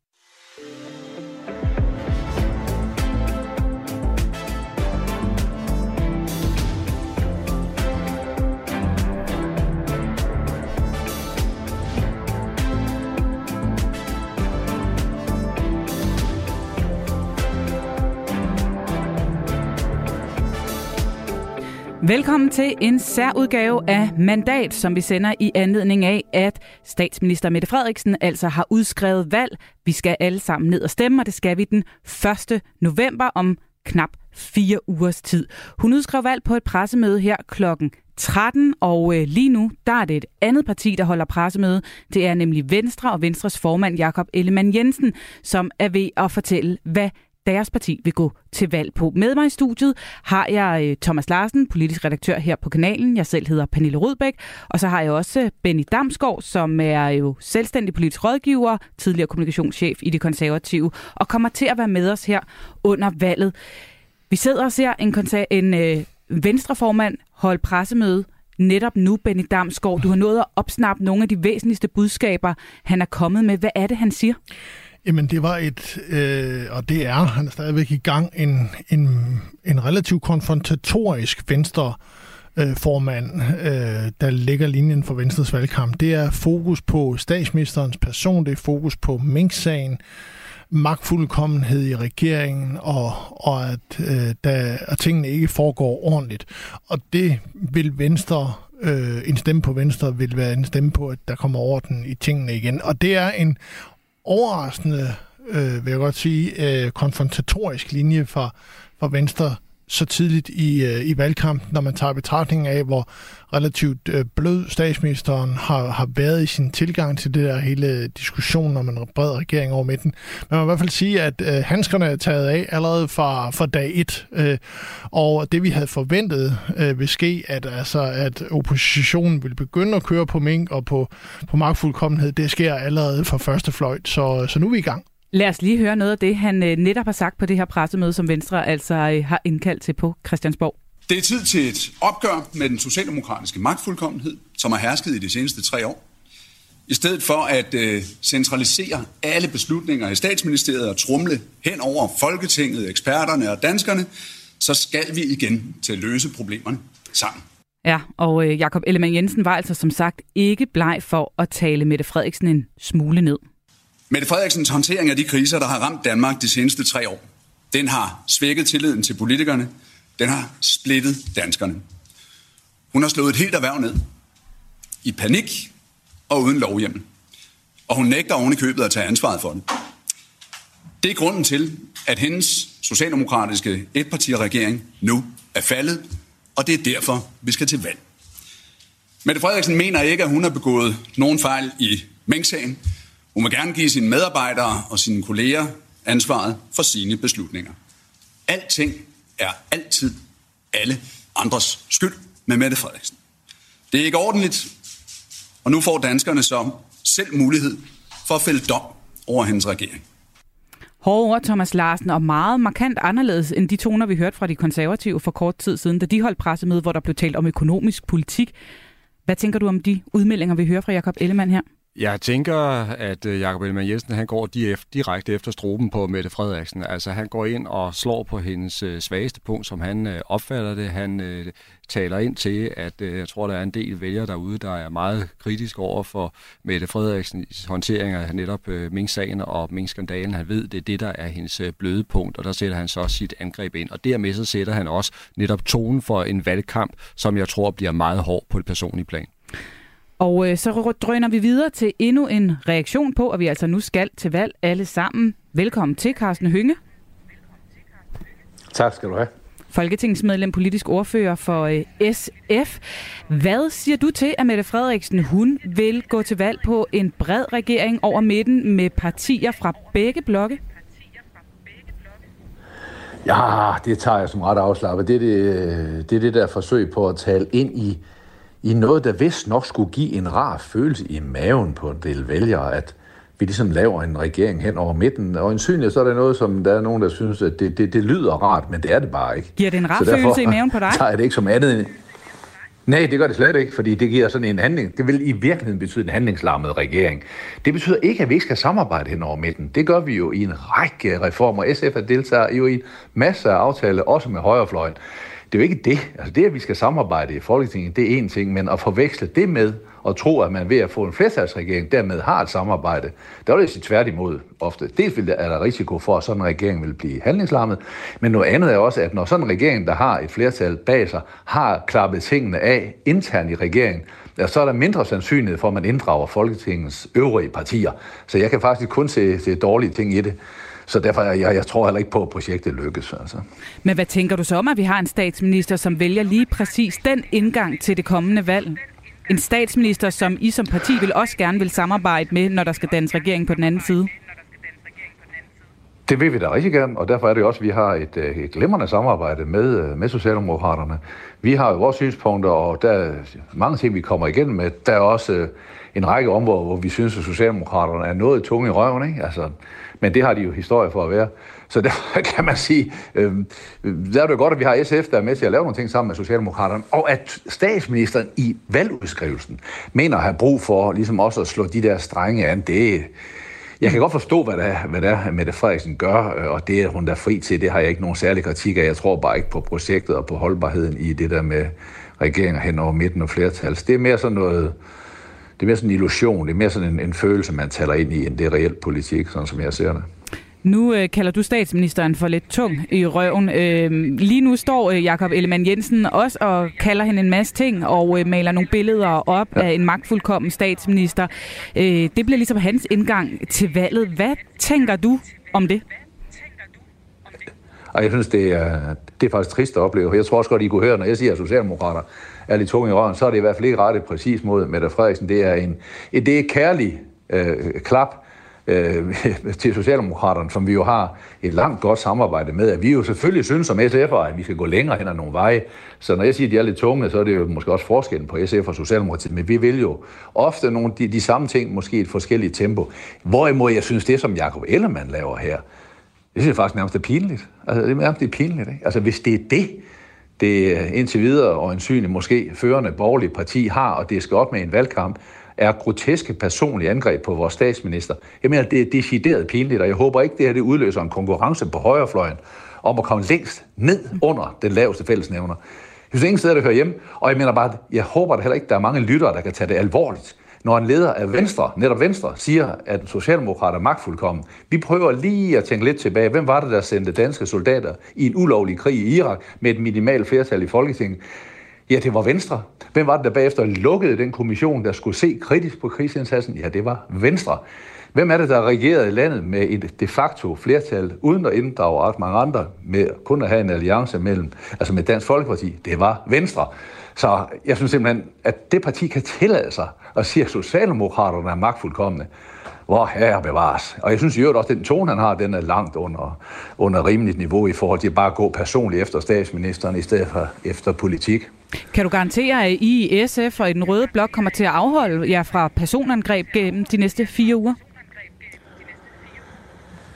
Velkommen til en særudgave af Mandat, som vi sender i anledning af, at statsminister Mette Frederiksen altså har udskrevet valg. Vi skal alle sammen ned og stemme, og det skal vi den 1. november om knap 4 ugers tid. Hun udskrev valg på et pressemøde her klokken 13, og lige nu der er det et andet parti, der holder pressemøde. Det er nemlig Venstre og Venstres formand Jakob Ellemann-Jensen, som er ved at fortælle, hvad deres parti vil gå til valg på. Med mig i studiet har jeg Thomas Larsen, politisk redaktør her på kanalen. Jeg selv hedder Pernille Rudbæk. Og så har jeg også Benny Damsgaard, som er jo selvstændig politisk rådgiver, tidligere kommunikationschef i Det Konservative, og kommer til at være med os her under valget. Vi sidder og ser en venstreformand holde pressemøde netop nu, Benny Damsgaard. Du har nået at opsnappe nogle af de væsentligste budskaber, han er kommet med. Hvad er det, han siger? Jamen, det var og det er, han er stadigvæk i gang, en relativt konfrontatorisk venstreformand, der lægger linjen for Venstres valgkamp. Det er fokus på statsministerens person, det er fokus på Mink-sagen, magtfuldkommenhed i regeringen, og at tingene ikke foregår ordentligt. Og det vil Venstre, en stemme på Venstre, vil være en stemme på, at der kommer orden i tingene igen. Og det er en overraskende, vil jeg godt sige, konfrontatorisk linje fra Venstre så tidligt i valgkampen, når man tager betragtning af, hvor relativt blød statsministeren har været i sin tilgang til det der hele diskussion om en bred regering over midten. Man må i hvert fald sige, at handskerne er taget af allerede fra dag 1. Og det vi havde forventet vil ske, at oppositionen vil begynde at køre på mink og på magtfuldkommenhed, det sker allerede fra første fløjt. Så nu er vi i gang. Lad os lige høre noget af det, han netop har sagt på det her pressemøde, som Venstre altså har indkaldt til på Christiansborg. Det er tid til et opgør med den socialdemokratiske magtfuldkommenhed, som har hersket i de seneste 3 år. I stedet for at centralisere alle beslutninger i statsministeriet og tromle hen over Folketinget, eksperterne og danskerne, så skal vi igen til at løse problemerne sammen. Ja, og Jakob Ellemann-Jensen var altså som sagt ikke bleg for at tale Mette Frederiksen en smule ned. Mette Frederiksens håndtering af de kriser, der har ramt Danmark de seneste 3 år, den har svækket tilliden til politikerne. Den har splittet danskerne. Hun har slået et helt erhverv ned. I panik og uden lovhjemmel. Og hun nægter oven i købet at tage ansvaret for det. Det er grunden til, at hendes socialdemokratiske etpartiregering nu er faldet, og det er derfor, vi skal til valg. Mette Frederiksen mener ikke, at hun har begået nogen fejl i Mink-sagen. Hun vil gerne give sine medarbejdere og sine kolleger ansvaret for sine beslutninger. Alting er altid alle andres skyld med Mette Frederiksen. Det er ikke ordentligt, og nu får danskerne så selv mulighed for at fælde dom over hendes regering. Hårde ord, Thomas Larsen, og meget markant anderledes end de toner, vi hørte fra de konservative for kort tid siden, da de holdt pressemøde, hvor der blev talt om økonomisk politik. Hvad tænker du om de udmeldinger, vi hører fra Jakob Ellemann her? Jeg tænker, at Jakob Ellemann-Jensen, han går direkte efter struben på Mette Frederiksen. Altså, han går ind og slår på hendes svageste punkt, som han opfatter det. Han taler ind til, at jeg tror, der er en del vælgere derude, der er meget kritisk over for Mette Frederiksens håndtering af netop Mink-sagen og Mink-skandalen. Han ved, det er det, der er hendes bløde punkt, og der sætter han så også sit angreb ind. Og dermed så sætter han også netop tonen for en valgkamp, som jeg tror bliver meget hård på det personlige plan. Og så drøner vi videre til endnu en reaktion på, at vi altså nu skal til valg alle sammen. Velkommen til, Karsten Hønge. Tak skal du have. Folketingsmedlem, politisk ordfører for SF. Hvad siger du til, at Mette Frederiksen, hun vil gå til valg på en bred regering over midten med partier fra begge blokke? Ja, det tager jeg som ret afslappet. Det er det der forsøg på at tale ind i noget, der vist nok skulle give en rar følelse i maven på en del vælgere, at vi ligesom laver en regering hen over midten. Og ensynligt så er det noget, som der er nogen, der synes, at det lyder rart, men det er det bare ikke. Giver det en rar følelse i maven på dig? Så er det ikke som andet end... Nej, det gør det slet ikke, fordi det giver sådan en handling. Det vil i virkeligheden betyde en handlingslammet regering. Det betyder ikke, at vi ikke skal samarbejde hen over midten. Det gør vi jo i en række reformer. SF deltager jo i en masse af aftaler, også med højrefløjen. Det er jo ikke det. Altså det, at vi skal samarbejde i Folketinget, det er én ting, men at forveksle det med og tro, at man ved at få en flertalsregering dermed har et samarbejde, der vil jeg sige tværtimod ofte. Dels er der risiko for, at sådan en regering vil blive handlingslammet, men noget andet er også, at når sådan en regering, der har et flertal bag sig, har klappet tingene af internt i regeringen, så er der mindre sandsynlighed for, at man inddrager Folketingets øvrige partier. Så jeg kan faktisk kun se dårlige ting i det. Så derfor, jeg tror heller ikke på, at projektet lykkes. Altså. Men hvad tænker du så om, at vi har en statsminister, som vælger lige præcis den indgang til det kommende valg? En statsminister, som I som parti vil også gerne vil samarbejde med, når der skal dannes regering på den anden side? Det vil vi da rigtig gerne, og derfor er det også, at vi har et glimrende samarbejde med Socialdemokraterne. Vi har jo vores synspunkter, og der er mange ting, vi kommer igennem med. Der er også en række områder, hvor vi synes, at Socialdemokraterne er noget tunge i røven, ikke? Altså, men det har de jo historie for at være. Så der kan man sige, der er det godt, at vi har SF, der er med til at lave nogle ting sammen med Socialdemokraterne, og at statsministeren i valgudskrivelsen mener at have brug for ligesom også at slå de der strenge an. Jeg kan godt forstå, hvad det er, Mette Frederiksen gør, og det er hun der fri til. Det har jeg ikke nogen særlig kritik af. Jeg tror bare ikke på projektet og på holdbarheden i det der med regeringer hen over midten og flertal. Det er mere sådan noget... Det er mere sådan en illusion, det er mere sådan en følelse, man taler ind i, end det er reelt politik, sådan som jeg ser det. Nu kalder du statsministeren for lidt tung i røven. Lige nu står Jakob Ellemann-Jensen også og kalder hende en masse ting og maler nogle billeder op af en magtfuldkommen statsminister. Det bliver ligesom hans indgang til valget. Hvad tænker du om det? Jeg synes, det er faktisk trist at opleve. Jeg tror også godt, I kunne høre, når jeg siger, at Socialdemokrater er lidt tunge i røven, så er det i hvert fald ikke rettet præcis mod Mette Frederiksen. Det er et kærlig klap til Socialdemokraterne, som vi jo har et langt godt samarbejde med. At vi jo selvfølgelig synes som SF'er, at vi skal gå længere hen ad nogle veje. Så når jeg siger, at de er lidt tunge, så er det jo måske også forskellen på SF og Socialdemokratiet. Men vi vil jo ofte nogle de samme ting, måske i et forskelligt tempo. Hvorimod jeg synes, det som Jakob Ellemann laver her, det synes jeg faktisk nærmest er pinligt. Altså, det er nærmest pinligt, ikke? Altså, hvis det er det indtil videre og ensynligt måske førende borgerlige parti har, og det skal op med en valgkamp, er groteske personlige angreb på vores statsminister. Jeg mener, det er decideret pinligt, og jeg håber ikke, det her det udløser en konkurrence på højrefløjen om at komme længst ned under den laveste fællesnævner. Jeg synes, ingen steder, der hører hjemme, og jeg mener bare, jeg håber da heller ikke, der er mange lyttere, der kan tage det alvorligt. Når en leder af Venstre, netop Venstre, siger, at Socialdemokrater er magtfuldkommen. Vi prøver lige at tænke lidt tilbage. Hvem var det, der sendte danske soldater i en ulovlig krig i Irak med et minimalt flertal i Folketinget? Ja, det var Venstre. Hvem var det, der bagefter lukkede den kommission, der skulle se kritisk på krigsindsatsen? Ja, det var Venstre. Hvem er det, der regerede landet med et de facto flertal, uden at inddrage ret mange andre, med kun at have en alliance med Dansk Folkeparti? Det var Venstre. Så jeg synes simpelthen, at det parti kan tillade sig at sige, at Socialdemokraterne er magtfuldkomne. Hvor herre bevares. Og jeg synes i øvrigt også, at den tone, han har, den er langt under rimeligt niveau i forhold til bare at gå personligt efter statsministeren, i stedet for efter politik. Kan du garantere, at I i SF og i den røde blok kommer til at afholde jer fra personangreb gennem de næste 4 uger?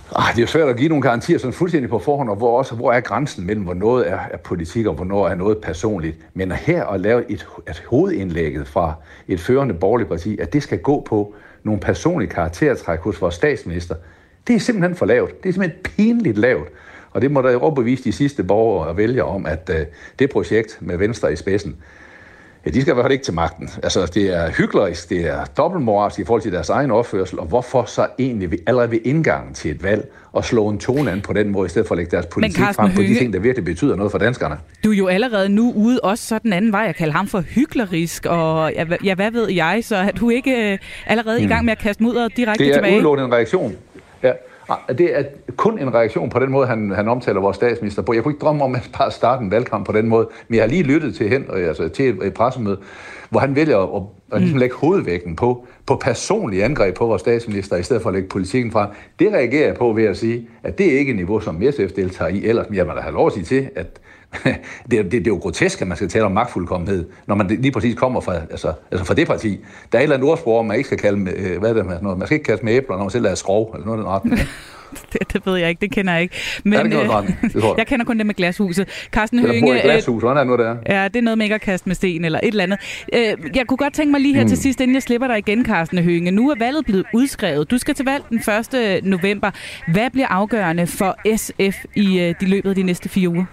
Det er jo svært at give nogle garantier sådan fuldstændig på forhånd, og hvor er grænsen mellem, hvor noget er politik, og hvornår er noget personligt. Men her at lave et hovedindlægget fra et førende borgerligt parti, at det skal gå på nogle personlige karaktertræk hos vores statsminister, det er simpelthen for lavt. Det er simpelthen pinligt lavt. Og det må da overbevise de sidste borgere og vælgere om, at det projekt med Venstre i spidsen, de skal i hvert fald ikke til magten. Altså, det er hyklerisk, det er dobbeltmoralsk i forhold til deres egen opførsel, og hvorfor så egentlig allerede ved indgangen til et valg og slå en tone an på den måde, i stedet for at lægge deres politik frem på de ting, der virkelig betyder noget for danskerne. Du er jo allerede nu ude også så den anden vej at kalde ham for hyklerisk, og ja, hvad ved jeg, så er du ikke allerede i gang med at kaste mudder direkte tilbage? Det er udelukkende en reaktion. Ja. Det er kun en reaktion på den måde, han omtaler vores statsminister på. Jeg kunne ikke drømme om at bare starte en valgkamp på den måde, men jeg har lige lyttet til et pressemøde, hvor han vælger at ligesom lægge hovedvægten på personlige angreb på vores statsminister, i stedet for at lægge politikken fra. Det reagerer jeg på ved at sige, at det er ikke et niveau, som SF deltager i ellers, men jeg må da have lov at sige til, at det er jo grotesk, at man skal tale om magtfuldkommenhed, når man lige præcis kommer fra det parti. Der er et eller andet ordsprog, man ikke skal kalde man skal ikke kaste med æbler, når man selv er skrov, eller noget af den retning. Det ved jeg ikke, det kender jeg ikke. Men jeg kender kun det med glashuset. Karsten Hønge. Der bor i glashus, hvordan er nu det? Ja, det er noget med ikke at kaste med sten eller et eller andet. Jeg kunne godt tænke mig lige her til sidst, inden jeg slipper dig igen, Karsten Hønge. Nu er valget blevet udskrevet. Du skal til valg den 1. november. Hvad bliver afgørende for SF i løbet af de næste 4 uger?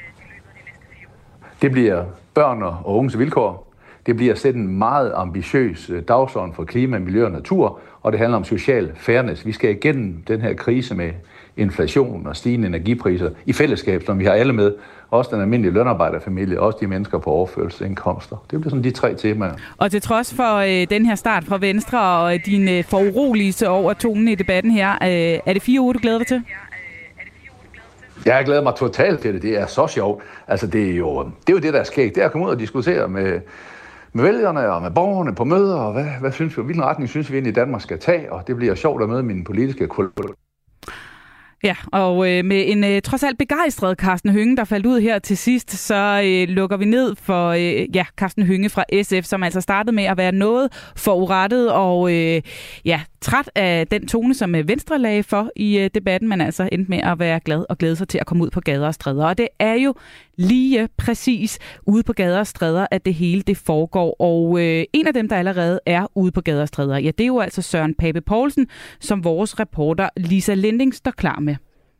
Det bliver børn og unges vilkår. Det bliver at sætte en meget ambitiøs dagsorden for klima, miljø og natur, og det handler om social fairness. Vi skal igennem den her krise med inflation og stigende energipriser i fællesskab, som vi har alle med. Også den almindelige lønarbejderfamilie, også de mennesker på overførselsindkomster. Det bliver sådan de 3 temaer. Og til trods for den her start fra Venstre og din foruroligelse over tonen i debatten her, er det 4 uger, du glæder dig til? Jeg glæder mig totalt til det. Det er så sjovt. Altså, det er jo det, der er skægt. Det er at komme ud og diskutere med vælgerne og med borgerne på møder, og hvad synes vi, hvilken retning synes vi egentlig, Danmark skal tage, og det bliver sjovt at møde mine politiske kolleger. Ja, og med en trods alt begejstret Karsten Hønge, der faldt ud her til sidst, så lukker vi ned for Karsten Hønge fra SF, som altså startede med at være noget forurettet og træt af den tone, som Venstre lagde for i debatten, men altså endte med at være glad og glæde sig til at komme ud på gader og stræder. Og det er jo lige præcis ude på gader og stræder, at det hele det foregår. Og en af dem, der allerede er ude på gader og stræder, det er jo altså Søren Pape Poulsen, som vores reporter Lisa Linding står klar med.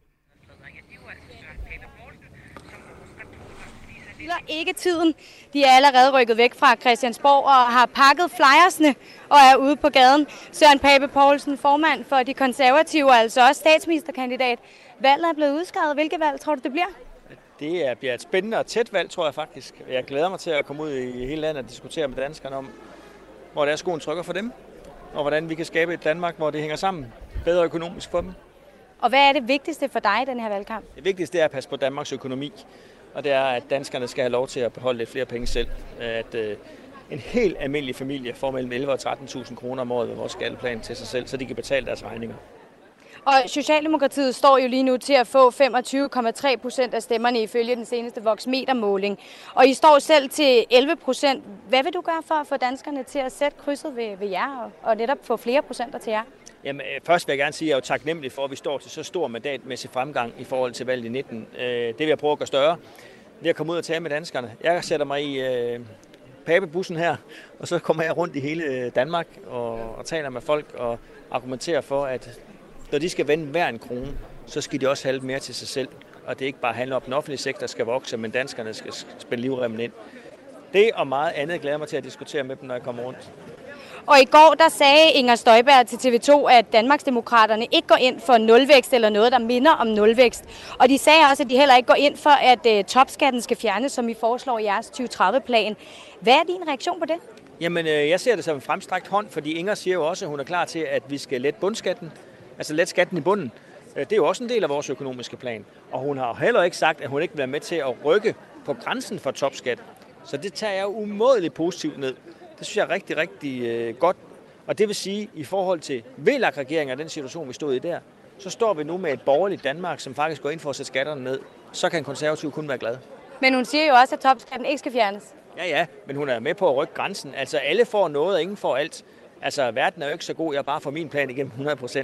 Ikke tiden. De er allerede rykket væk fra Christiansborg og har pakket flyersne og er ude på gaden. Søren Pape Poulsen, formand for De Konservative, altså også statsministerkandidat. Valget er blevet udskrevet. Hvilket valg tror du, det bliver? Det bliver et spændende og tæt valg, tror jeg faktisk. Jeg glæder mig til at komme ud i hele landet og diskutere med danskerne om, hvor der er skoen trykker for dem, og hvordan vi kan skabe et Danmark, hvor det hænger sammen bedre økonomisk for dem. Og hvad er det vigtigste for dig i den her valgkamp? Det vigtigste er at passe på Danmarks økonomi. Og det er, at danskerne skal have lov til at beholde lidt flere penge selv. At en helt almindelig familie får mellem 11.000 og 13.000 kroner om året ved vores skatteplan til sig selv, så de kan betale deres regninger. Og Socialdemokratiet står jo lige nu til at få 25,3% af stemmerne ifølge den seneste Voxmeter-måling. Og I står selv til 11%. Hvad vil du gøre for at få danskerne til at sætte krydset ved jer og netop få flere procenter til jer? Jamen, først vil jeg gerne sige, at jeg er jo taknemmelig for, at vi står til så stor mandatmæssig fremgang i forhold til valget i 19. Det vil jeg prøve at gøre større. Det at komme ud og tale med danskerne. Jeg sætter mig i Pape-bussen her, og så kommer jeg rundt i hele Danmark og taler med folk og argumenterer for, at når de skal vende hver en krone, så skal de også have lidt mere til sig selv. Og det ikke bare handler om, at den offentlige sektor skal vokse, men danskerne skal spænde livremmen ind. Det og meget andet glæder mig til at diskutere med dem, når jeg kommer rundt. Og i går der sagde Inger Støjberg til TV2, at Danmarksdemokraterne ikke går ind for nulvækst eller noget, der minder om nulvækst. Og de sagde også, at de heller ikke går ind for, at topskatten skal fjernes, som I foreslår i jeres 2030-plan. Hvad er din reaktion på det? Jamen, jeg ser det som en fremstrakt hånd, fordi Inger siger jo også, at hun er klar til, at vi skal lette bundskatten. Altså lette skatten i bunden. Det er jo også en del af vores økonomiske plan. Og hun har heller ikke sagt, at hun ikke vil være med til at rykke på grænsen for topskat. Så det tager jeg jo umådeligt positivt ned. Det synes jeg er rigtig, rigtig godt. Og det vil sige, i forhold til VLAK-regeringen og den situation, vi stod i der, så står vi nu med et borgerligt Danmark, som faktisk går ind for at sætte skatterne ned. Så kan en konservativ kun være glad. Men hun siger jo også, at topskatten ikke skal fjernes. Ja, men hun er med på at rykke grænsen. Altså alle får noget, og ingen får alt. Altså verden er jo ikke så god, jeg bare får min plan igennem 100%.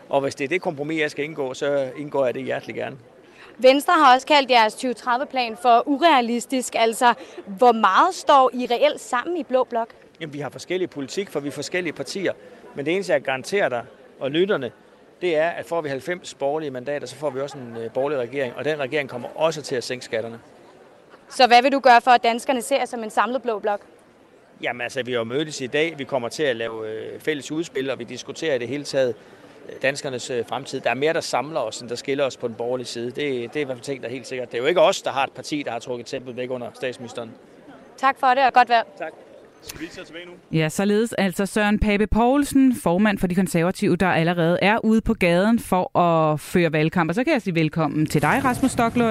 Og hvis det er det kompromis, jeg skal indgå, så indgår jeg det hjertelig gerne. Venstre har også kaldt jeres 2030-plan for urealistisk. Altså, hvor meget står I reelt sammen i Blå Blok? Jamen, vi har forskellige politik, for vi er forskellige partier. Men det eneste, jeg garanterer dig og lytterne, det er, at får vi 90 borgerlige mandater, så får vi også en borgerlig regering. Og den regering kommer også til at sænke skatterne. Så hvad vil du gøre for, at danskerne ser som en samlet Blå Blok? Jamen altså, vi har jo mødtes i dag. Vi kommer til at lave fælles udspil, og vi diskuterer i det hele taget danskernes fremtid. Der er mere, der samler os, end der skiller os på den borgerlige side. Det er i hvert fald ting, der er helt sikkert. Det er jo ikke os, der har et parti, der har trukket templet væk under statsministeren. Tak for det, og godt vejr. Tak. Skal vi lige tage tilbage nu? Ja, således altså Søren Pape Poulsen, formand for De Konservative, der allerede er ude på gaden for at føre valgkamp. Og så kan jeg sige velkommen til dig, Rasmus Stoklund.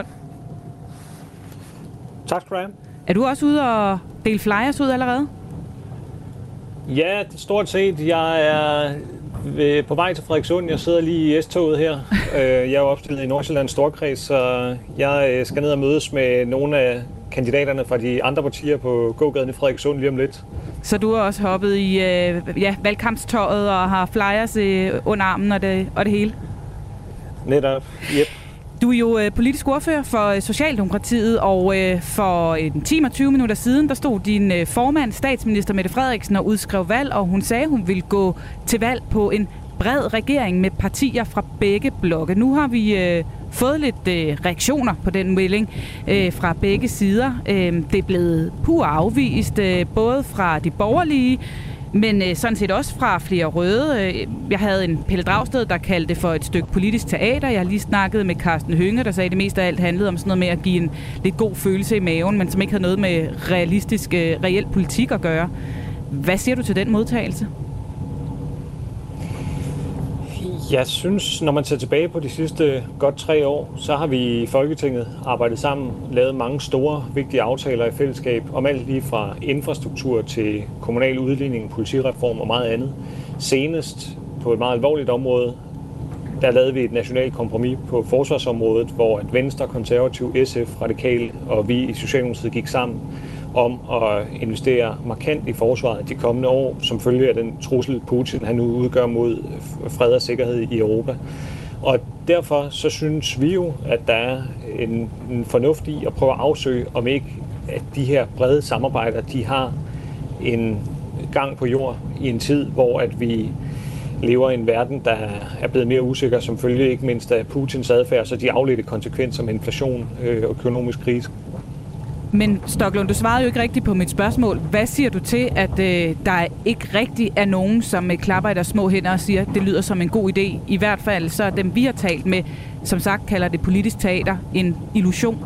Tak skal du have. Er du også ude og dele flyers ud allerede? Ja, stort set. Jeg er på vej til Frederikssund. Jeg sidder lige i S-toget her. Jeg er opstillet i Nordsjællands Storkreds, så jeg skal ned og mødes med nogle af kandidaterne fra de andre partier på gågaden i Frederikssund lige om lidt. Så du har også hoppet i valgkampstøjet og har flyers under armen og det hele? Netop, yep. Du er jo politisk ordfører for Socialdemokratiet, og for en time og 20 minutter siden, der stod din formand, statsminister Mette Frederiksen, og udskrev valg, og hun sagde, at hun ville gå til valg på en bred regering med partier fra begge blokke. Nu har vi fået lidt reaktioner på den melding fra begge sider. Det er blevet pur afvist, både fra de borgerlige, men sådan set også fra flere røde. Jeg havde en Pelle Dragsted, der kaldte det for et stykke politisk teater. Jeg har lige snakket med Carsten Hønge, der sagde, at det mest af alt handlede om sådan noget med at give en lidt god følelse i maven, men som ikke havde noget med realistisk, reel politik at gøre. Hvad siger du til den modtagelse? Jeg synes, når man ser tilbage på de sidste godt 3 år, så har vi i Folketinget arbejdet sammen, lavet mange store, vigtige aftaler i fællesskab om alt lige fra infrastruktur til kommunal udligning, politireform og meget andet. Senest på et meget alvorligt område, der lavede vi et nationalt kompromis på forsvarsområdet, hvor at Venstre, Konservativ, SF, Radikal og vi i Socialdemokratiet gik sammen om at investere markant i forsvaret de kommende år, som følge af den trussel, Putin han nu udgør mod fred og sikkerhed i Europa. Og derfor så synes vi jo, at der er en fornuft i at prøve at afsøge, om ikke at de her brede samarbejder, de har en gang på jord i en tid, hvor at vi lever i en verden, der er blevet mere usikker, som følge ikke mindst af Putins adfærd, så de afledte konsekvenser med inflation og økonomisk krise. Men Stoklund, du svarede jo ikke rigtigt på mit spørgsmål. Hvad siger du til, at der ikke rigtig er nogen, som klapper i deres små hænder og siger, at det lyder som en god idé? I hvert fald så dem, vi har talt med, som sagt kalder det politisk teater, en illusion.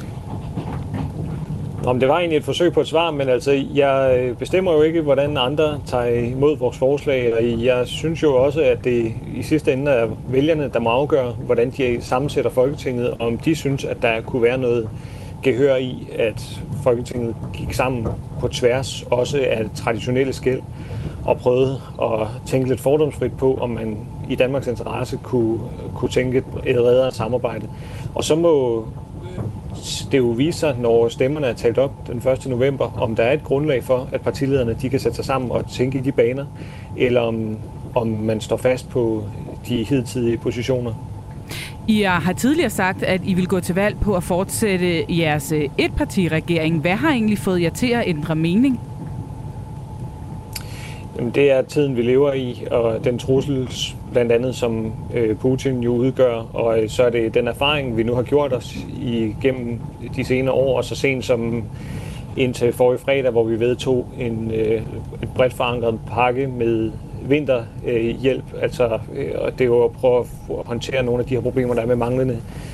Det var egentlig et forsøg på et svar, men altså, jeg bestemmer jo ikke, hvordan andre tager imod vores forslag. Og jeg synes jo også, at det i sidste ende er vælgerne, der må afgøre, hvordan de sammensætter Folketinget, og om de synes, at der kunne være noget gehør i, at Folketinget gik sammen på tværs også af traditionelle skel og prøvede at tænke lidt fordomsfrit på, om man i Danmarks interesse kunne tænke et bredere samarbejde. Og så må det jo vise sig, når stemmerne er talt op den 1. november, om der er et grundlag for, at partilederne de kan sætte sig sammen og tænke i de baner, eller om man står fast på de hidtidige positioner. I har tidligere sagt, at I vil gå til valg på at fortsætte jeres etpartiregering. Hvad har egentlig fået jer til at ændre mening? Jamen, det er tiden, vi lever i, og den trussel, blandt andet, som Putin jo udgør. Og så er det den erfaring, vi nu har gjort os igennem de senere år, og så sent som indtil forrige fredag, hvor vi vedtog en bredt forankret pakke med vinterhjælp, altså det er jo at prøve at håndtere nogle af de her problemer, der er med manglende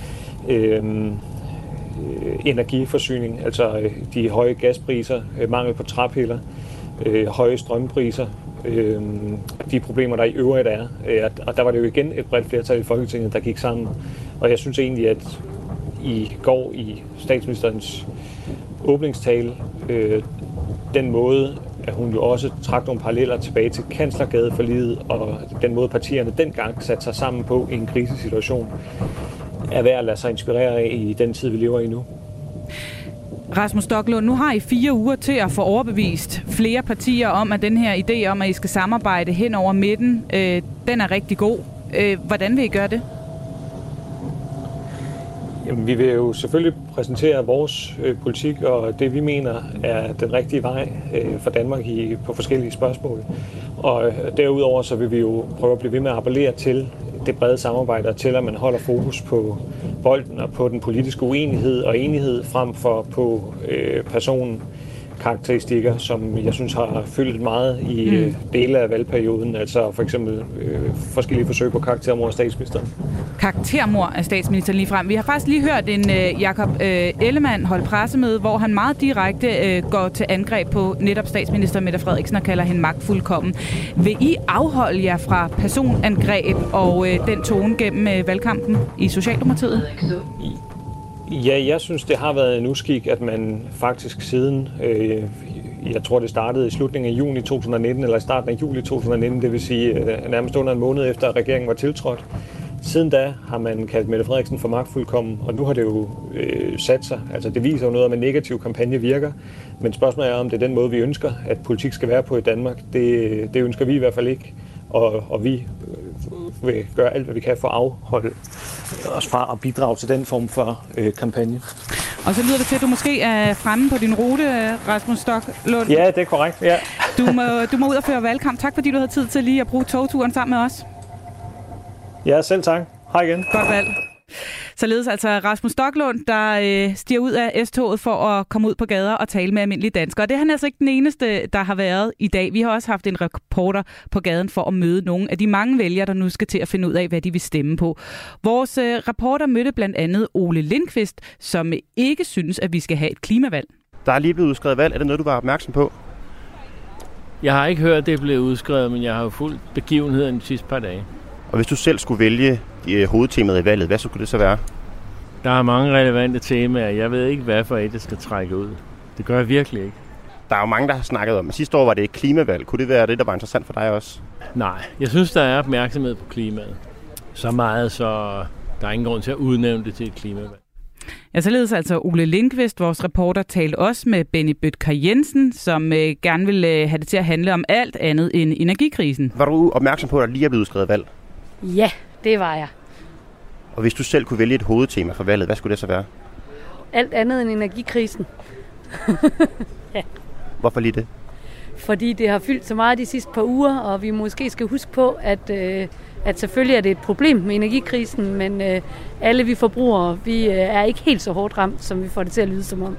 energiforsyning, altså de høje gaspriser, mangel på træpiller, høje strømpriser, de problemer, der i øvrigt er. Og der var det jo igen et bredt flertal i Folketinget, der gik sammen. Og jeg synes egentlig, at i går i statsministerens åbningstale, den måde, at hun jo også trak nogle paralleller tilbage til Kanslergadeforliget, og den måde partierne dengang satte sig sammen på i en krisesituation, er værd at lade sig inspirere af i den tid, vi lever i nu. Rasmus Stoklund, nu har I 4 uger til at få overbevist flere partier om, at den her idé om, at I skal samarbejde hen over midten, den er rigtig god. Hvordan vil I gøre det? Jamen, vi vil jo selvfølgelig præsentere vores politik og det, vi mener er den rigtige vej for Danmark på forskellige spørgsmål. Og derudover så vil vi jo prøve at blive ved med at appellere til det brede samarbejde og til, at man holder fokus på bolden og på den politiske uenighed og enighed frem for på personkarakteristikker, som jeg synes har fyldt meget i dele af valgperioden. Altså for eksempel forskellige forsøg på karaktermord af statsministeren. Karaktermord af statsministeren lige frem. Vi har faktisk lige hørt en Jakob Ellemann holde pressemøde, hvor han meget direkte går til angreb på netop statsminister Mette Frederiksen og kalder hende magtfuldkommen. Vil I afholde jer fra personangreb og den tone gennem valgkampen i Socialdemokratiet? Ja, jeg synes, det har været en uskik, at man faktisk siden, jeg tror det startede i slutningen af juni 2019, eller i starten af juli 2019, det vil sige nærmest under en måned efter, at regeringen var tiltrådt. Siden da har man kaldt Mette Frederiksen for magtfuldkommen, og nu har det jo sat sig. Altså det viser jo noget om, en negativ kampagne virker, men spørgsmålet er, om det er den måde, vi ønsker, at politik skal være på i Danmark. Det ønsker vi i hvert fald ikke, og vi vil gøre alt, hvad vi kan for at afholde os fra at bidrage til den form for kampagne. Og så lyder det til, at du måske er fremme på din rute, Rasmus Stoklund. Ja, det er korrekt, ja. Du må ud og føre valgkamp. Tak fordi du havde tid til lige at bruge togturen sammen med os. Ja, selv tak. Hej igen. Godt valg. Således altså Rasmus Stoklund, der stiger ud af S-toget for at komme ud på gader og tale med almindelige danskere. Det er han altså ikke den eneste, der har været i dag. Vi har også haft en reporter på gaden for at møde nogle af de mange vælgere, der nu skal til at finde ud af, hvad de vil stemme på. Vores reporter mødte blandt andet Ole Lindqvist, som ikke synes, at vi skal have et klimavalg. Der er lige blevet udskrevet valg. Er det noget, du var opmærksom på? Jeg har ikke hørt, at det blev udskrevet, men jeg har jo fulgt begivenheden de sidste par dage. Og hvis du selv skulle vælge hovedtemaet i valget, hvad skulle det så være? Der er mange relevante temaer. Jeg ved ikke, hvad for et, det skal trække ud. Det gør jeg virkelig ikke. Der er jo mange, der har snakket om, at sidste år var det et klimavalg. Kunne det være det, der var interessant for dig også? Nej, jeg synes, der er opmærksomhed på klimaet. Så meget, så der er ingen grund til at udnævne det til et klimavalg. Ja, således altså Ole Lindqvist, vores reporter, talte også med Benny Bødker Jensen, som gerne vil have det til at handle om alt andet end energikrisen. Var du opmærksom på, at der lige er blevet udskrevet valg? Ja, det var jeg. Og hvis du selv kunne vælge et hovedtema for valget, hvad skulle det så være? Alt andet end energikrisen. Ja. Hvorfor lige det? Fordi det har fyldt så meget de sidste par uger, og vi måske skal huske på, at selvfølgelig er det et problem med energikrisen, men alle vi forbrugere, vi er ikke helt så hårdt ramt, som vi får det til at lyde som om.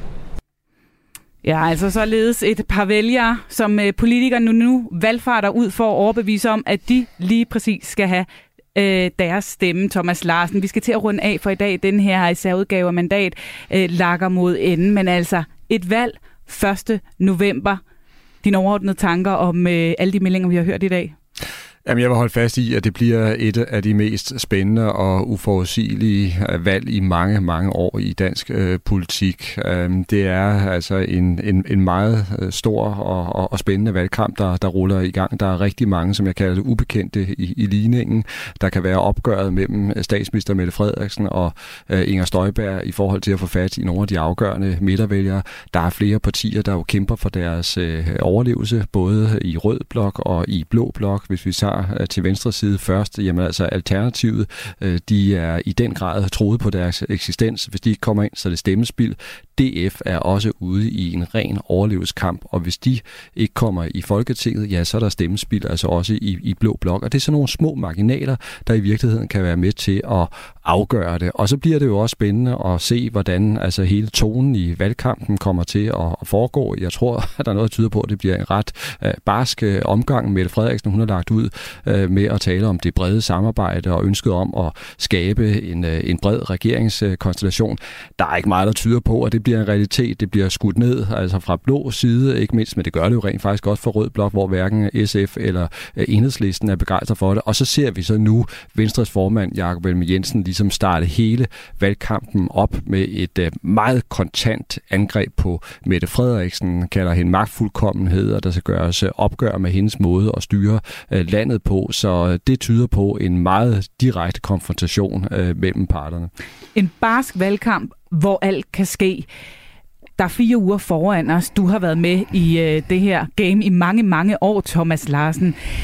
Ja, altså således et par vælgere, som politikerne nu valgfarter ud for at overbevise om, at de lige præcis skal have deres stemme. Thomas Larsen, vi skal til at runde af for i dag. Den her særudgave af Mandat lakker mod enden, men altså et valg 1. november. Dine overordnede tanker om alle de meldinger, vi har hørt i dag? Jamen, jeg vil holde fast i, at det bliver et af de mest spændende og uforudsigelige valg i mange, mange år i dansk politik. Det er altså en meget stor og spændende valgkamp, der ruller i gang. Der er rigtig mange, som jeg kalder det, ubekendte i ligningen. Der kan være opgøret mellem statsminister Mette Frederiksen og Inger Støjberg i forhold til at få fat i nogle af de afgørende midtervælgere. Der er flere partier, der jo kæmper for deres overlevelse, både i rød blok og i blå blok. Hvis vi tager til venstre side først, jamen altså Alternativet, de er i den grad troet på deres eksistens. Hvis de ikke kommer ind, så er det stemmespild. DF er også ude i en ren overlevelseskamp, og hvis de ikke kommer i Folketinget, ja, så er der stemmespild, altså også i blå blok. Og det er sådan nogle små marginaler, der i virkeligheden kan være med til at afgøre det. Og så bliver det jo også spændende at se, hvordan altså hele tonen i valgkampen kommer til at foregå. Jeg tror, at der er noget, der tyder på, at det bliver en ret barsk omgang. Mette Frederiksen, hun har lagt ud med at tale om det brede samarbejde og ønsket om at skabe en bred regeringskonstellation. Der er ikke meget, der tyder på, at det bliver en realitet. Det bliver skudt ned, altså fra blå side, ikke mindst, men det gør det jo rent faktisk også for rød blok, hvor hverken SF eller Enhedslisten er begejstret for det. Og så ser vi så nu Venstres formand, Jakob Ellemann-Jensen, ligesom starte hele valgkampen op med et meget kontant angreb på Mette Frederiksen, kalder hende magtfuldkommenhed, og der skal gøres opgør med hendes måde at styre landet på. Så det tyder på en meget direkte konfrontation mellem parterne. En barsk valgkamp, hvor alt kan ske. Der er 4 uger foran os. Du har været med i det her game i mange, mange år, Thomas Larsen.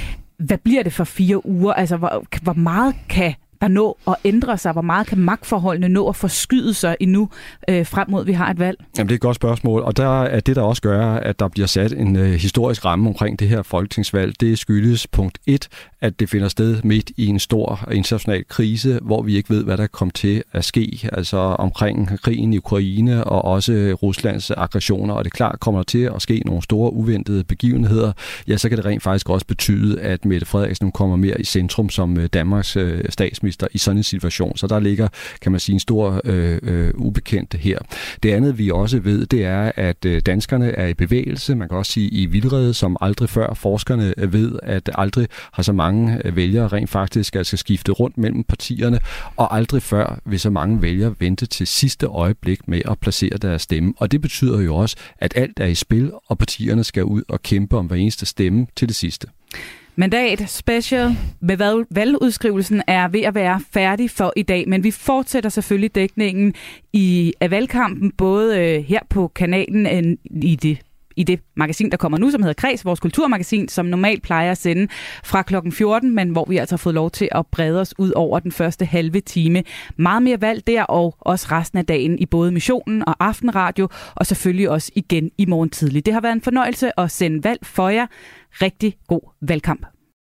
Hvad bliver det for 4 uger? Altså, hvor meget kan der nå at ændre sig? Hvor meget kan magtforholdene nå at forskyde sig endnu frem mod, vi har et valg? Jamen, det er et godt spørgsmål, og der er det, der også gør, at der bliver sat en historisk ramme omkring det her folketingsvalg. Det skyldes punkt 1, at det finder sted midt i en stor international krise, hvor vi ikke ved, hvad der kommer til at ske, altså omkring krigen i Ukraine og også Ruslands aggressioner, og det er klart, kommer der til at ske nogle store uventede begivenheder, ja, så kan det rent faktisk også betyde, at Mette Frederiksen kommer mere i centrum som Danmarks statsminister i sådan en situation. Så der ligger, kan man sige, en stor ubekendt her. Det andet, vi også ved, det er, at danskerne er i bevægelse. Man kan også sige i vildrede, som aldrig før. Forskerne ved, at aldrig har så mange vælgere rent faktisk skal skifte rundt mellem partierne, og aldrig før vil så mange vælgere vente til sidste øjeblik med at placere deres stemme. Og det betyder jo også, at alt er i spil, og partierne skal ud og kæmpe om hver eneste stemme til det sidste. Mandat special med valgudskrivelsen er ved at være færdig for i dag, men vi fortsætter selvfølgelig dækningen af valgkampen, både her på kanalen i det magasin, der kommer nu, som hedder Kreds, vores kulturmagasin, som normalt plejer at sende fra klokken 14, men hvor vi altså har fået lov til at brede os ud over den første halve time. Meget mere valg der, og også resten af dagen i både Missionen og Aftenradio, og selvfølgelig også igen i morgen tidlig. Det har været en fornøjelse at sende valg for jer. Rigtig god valgkamp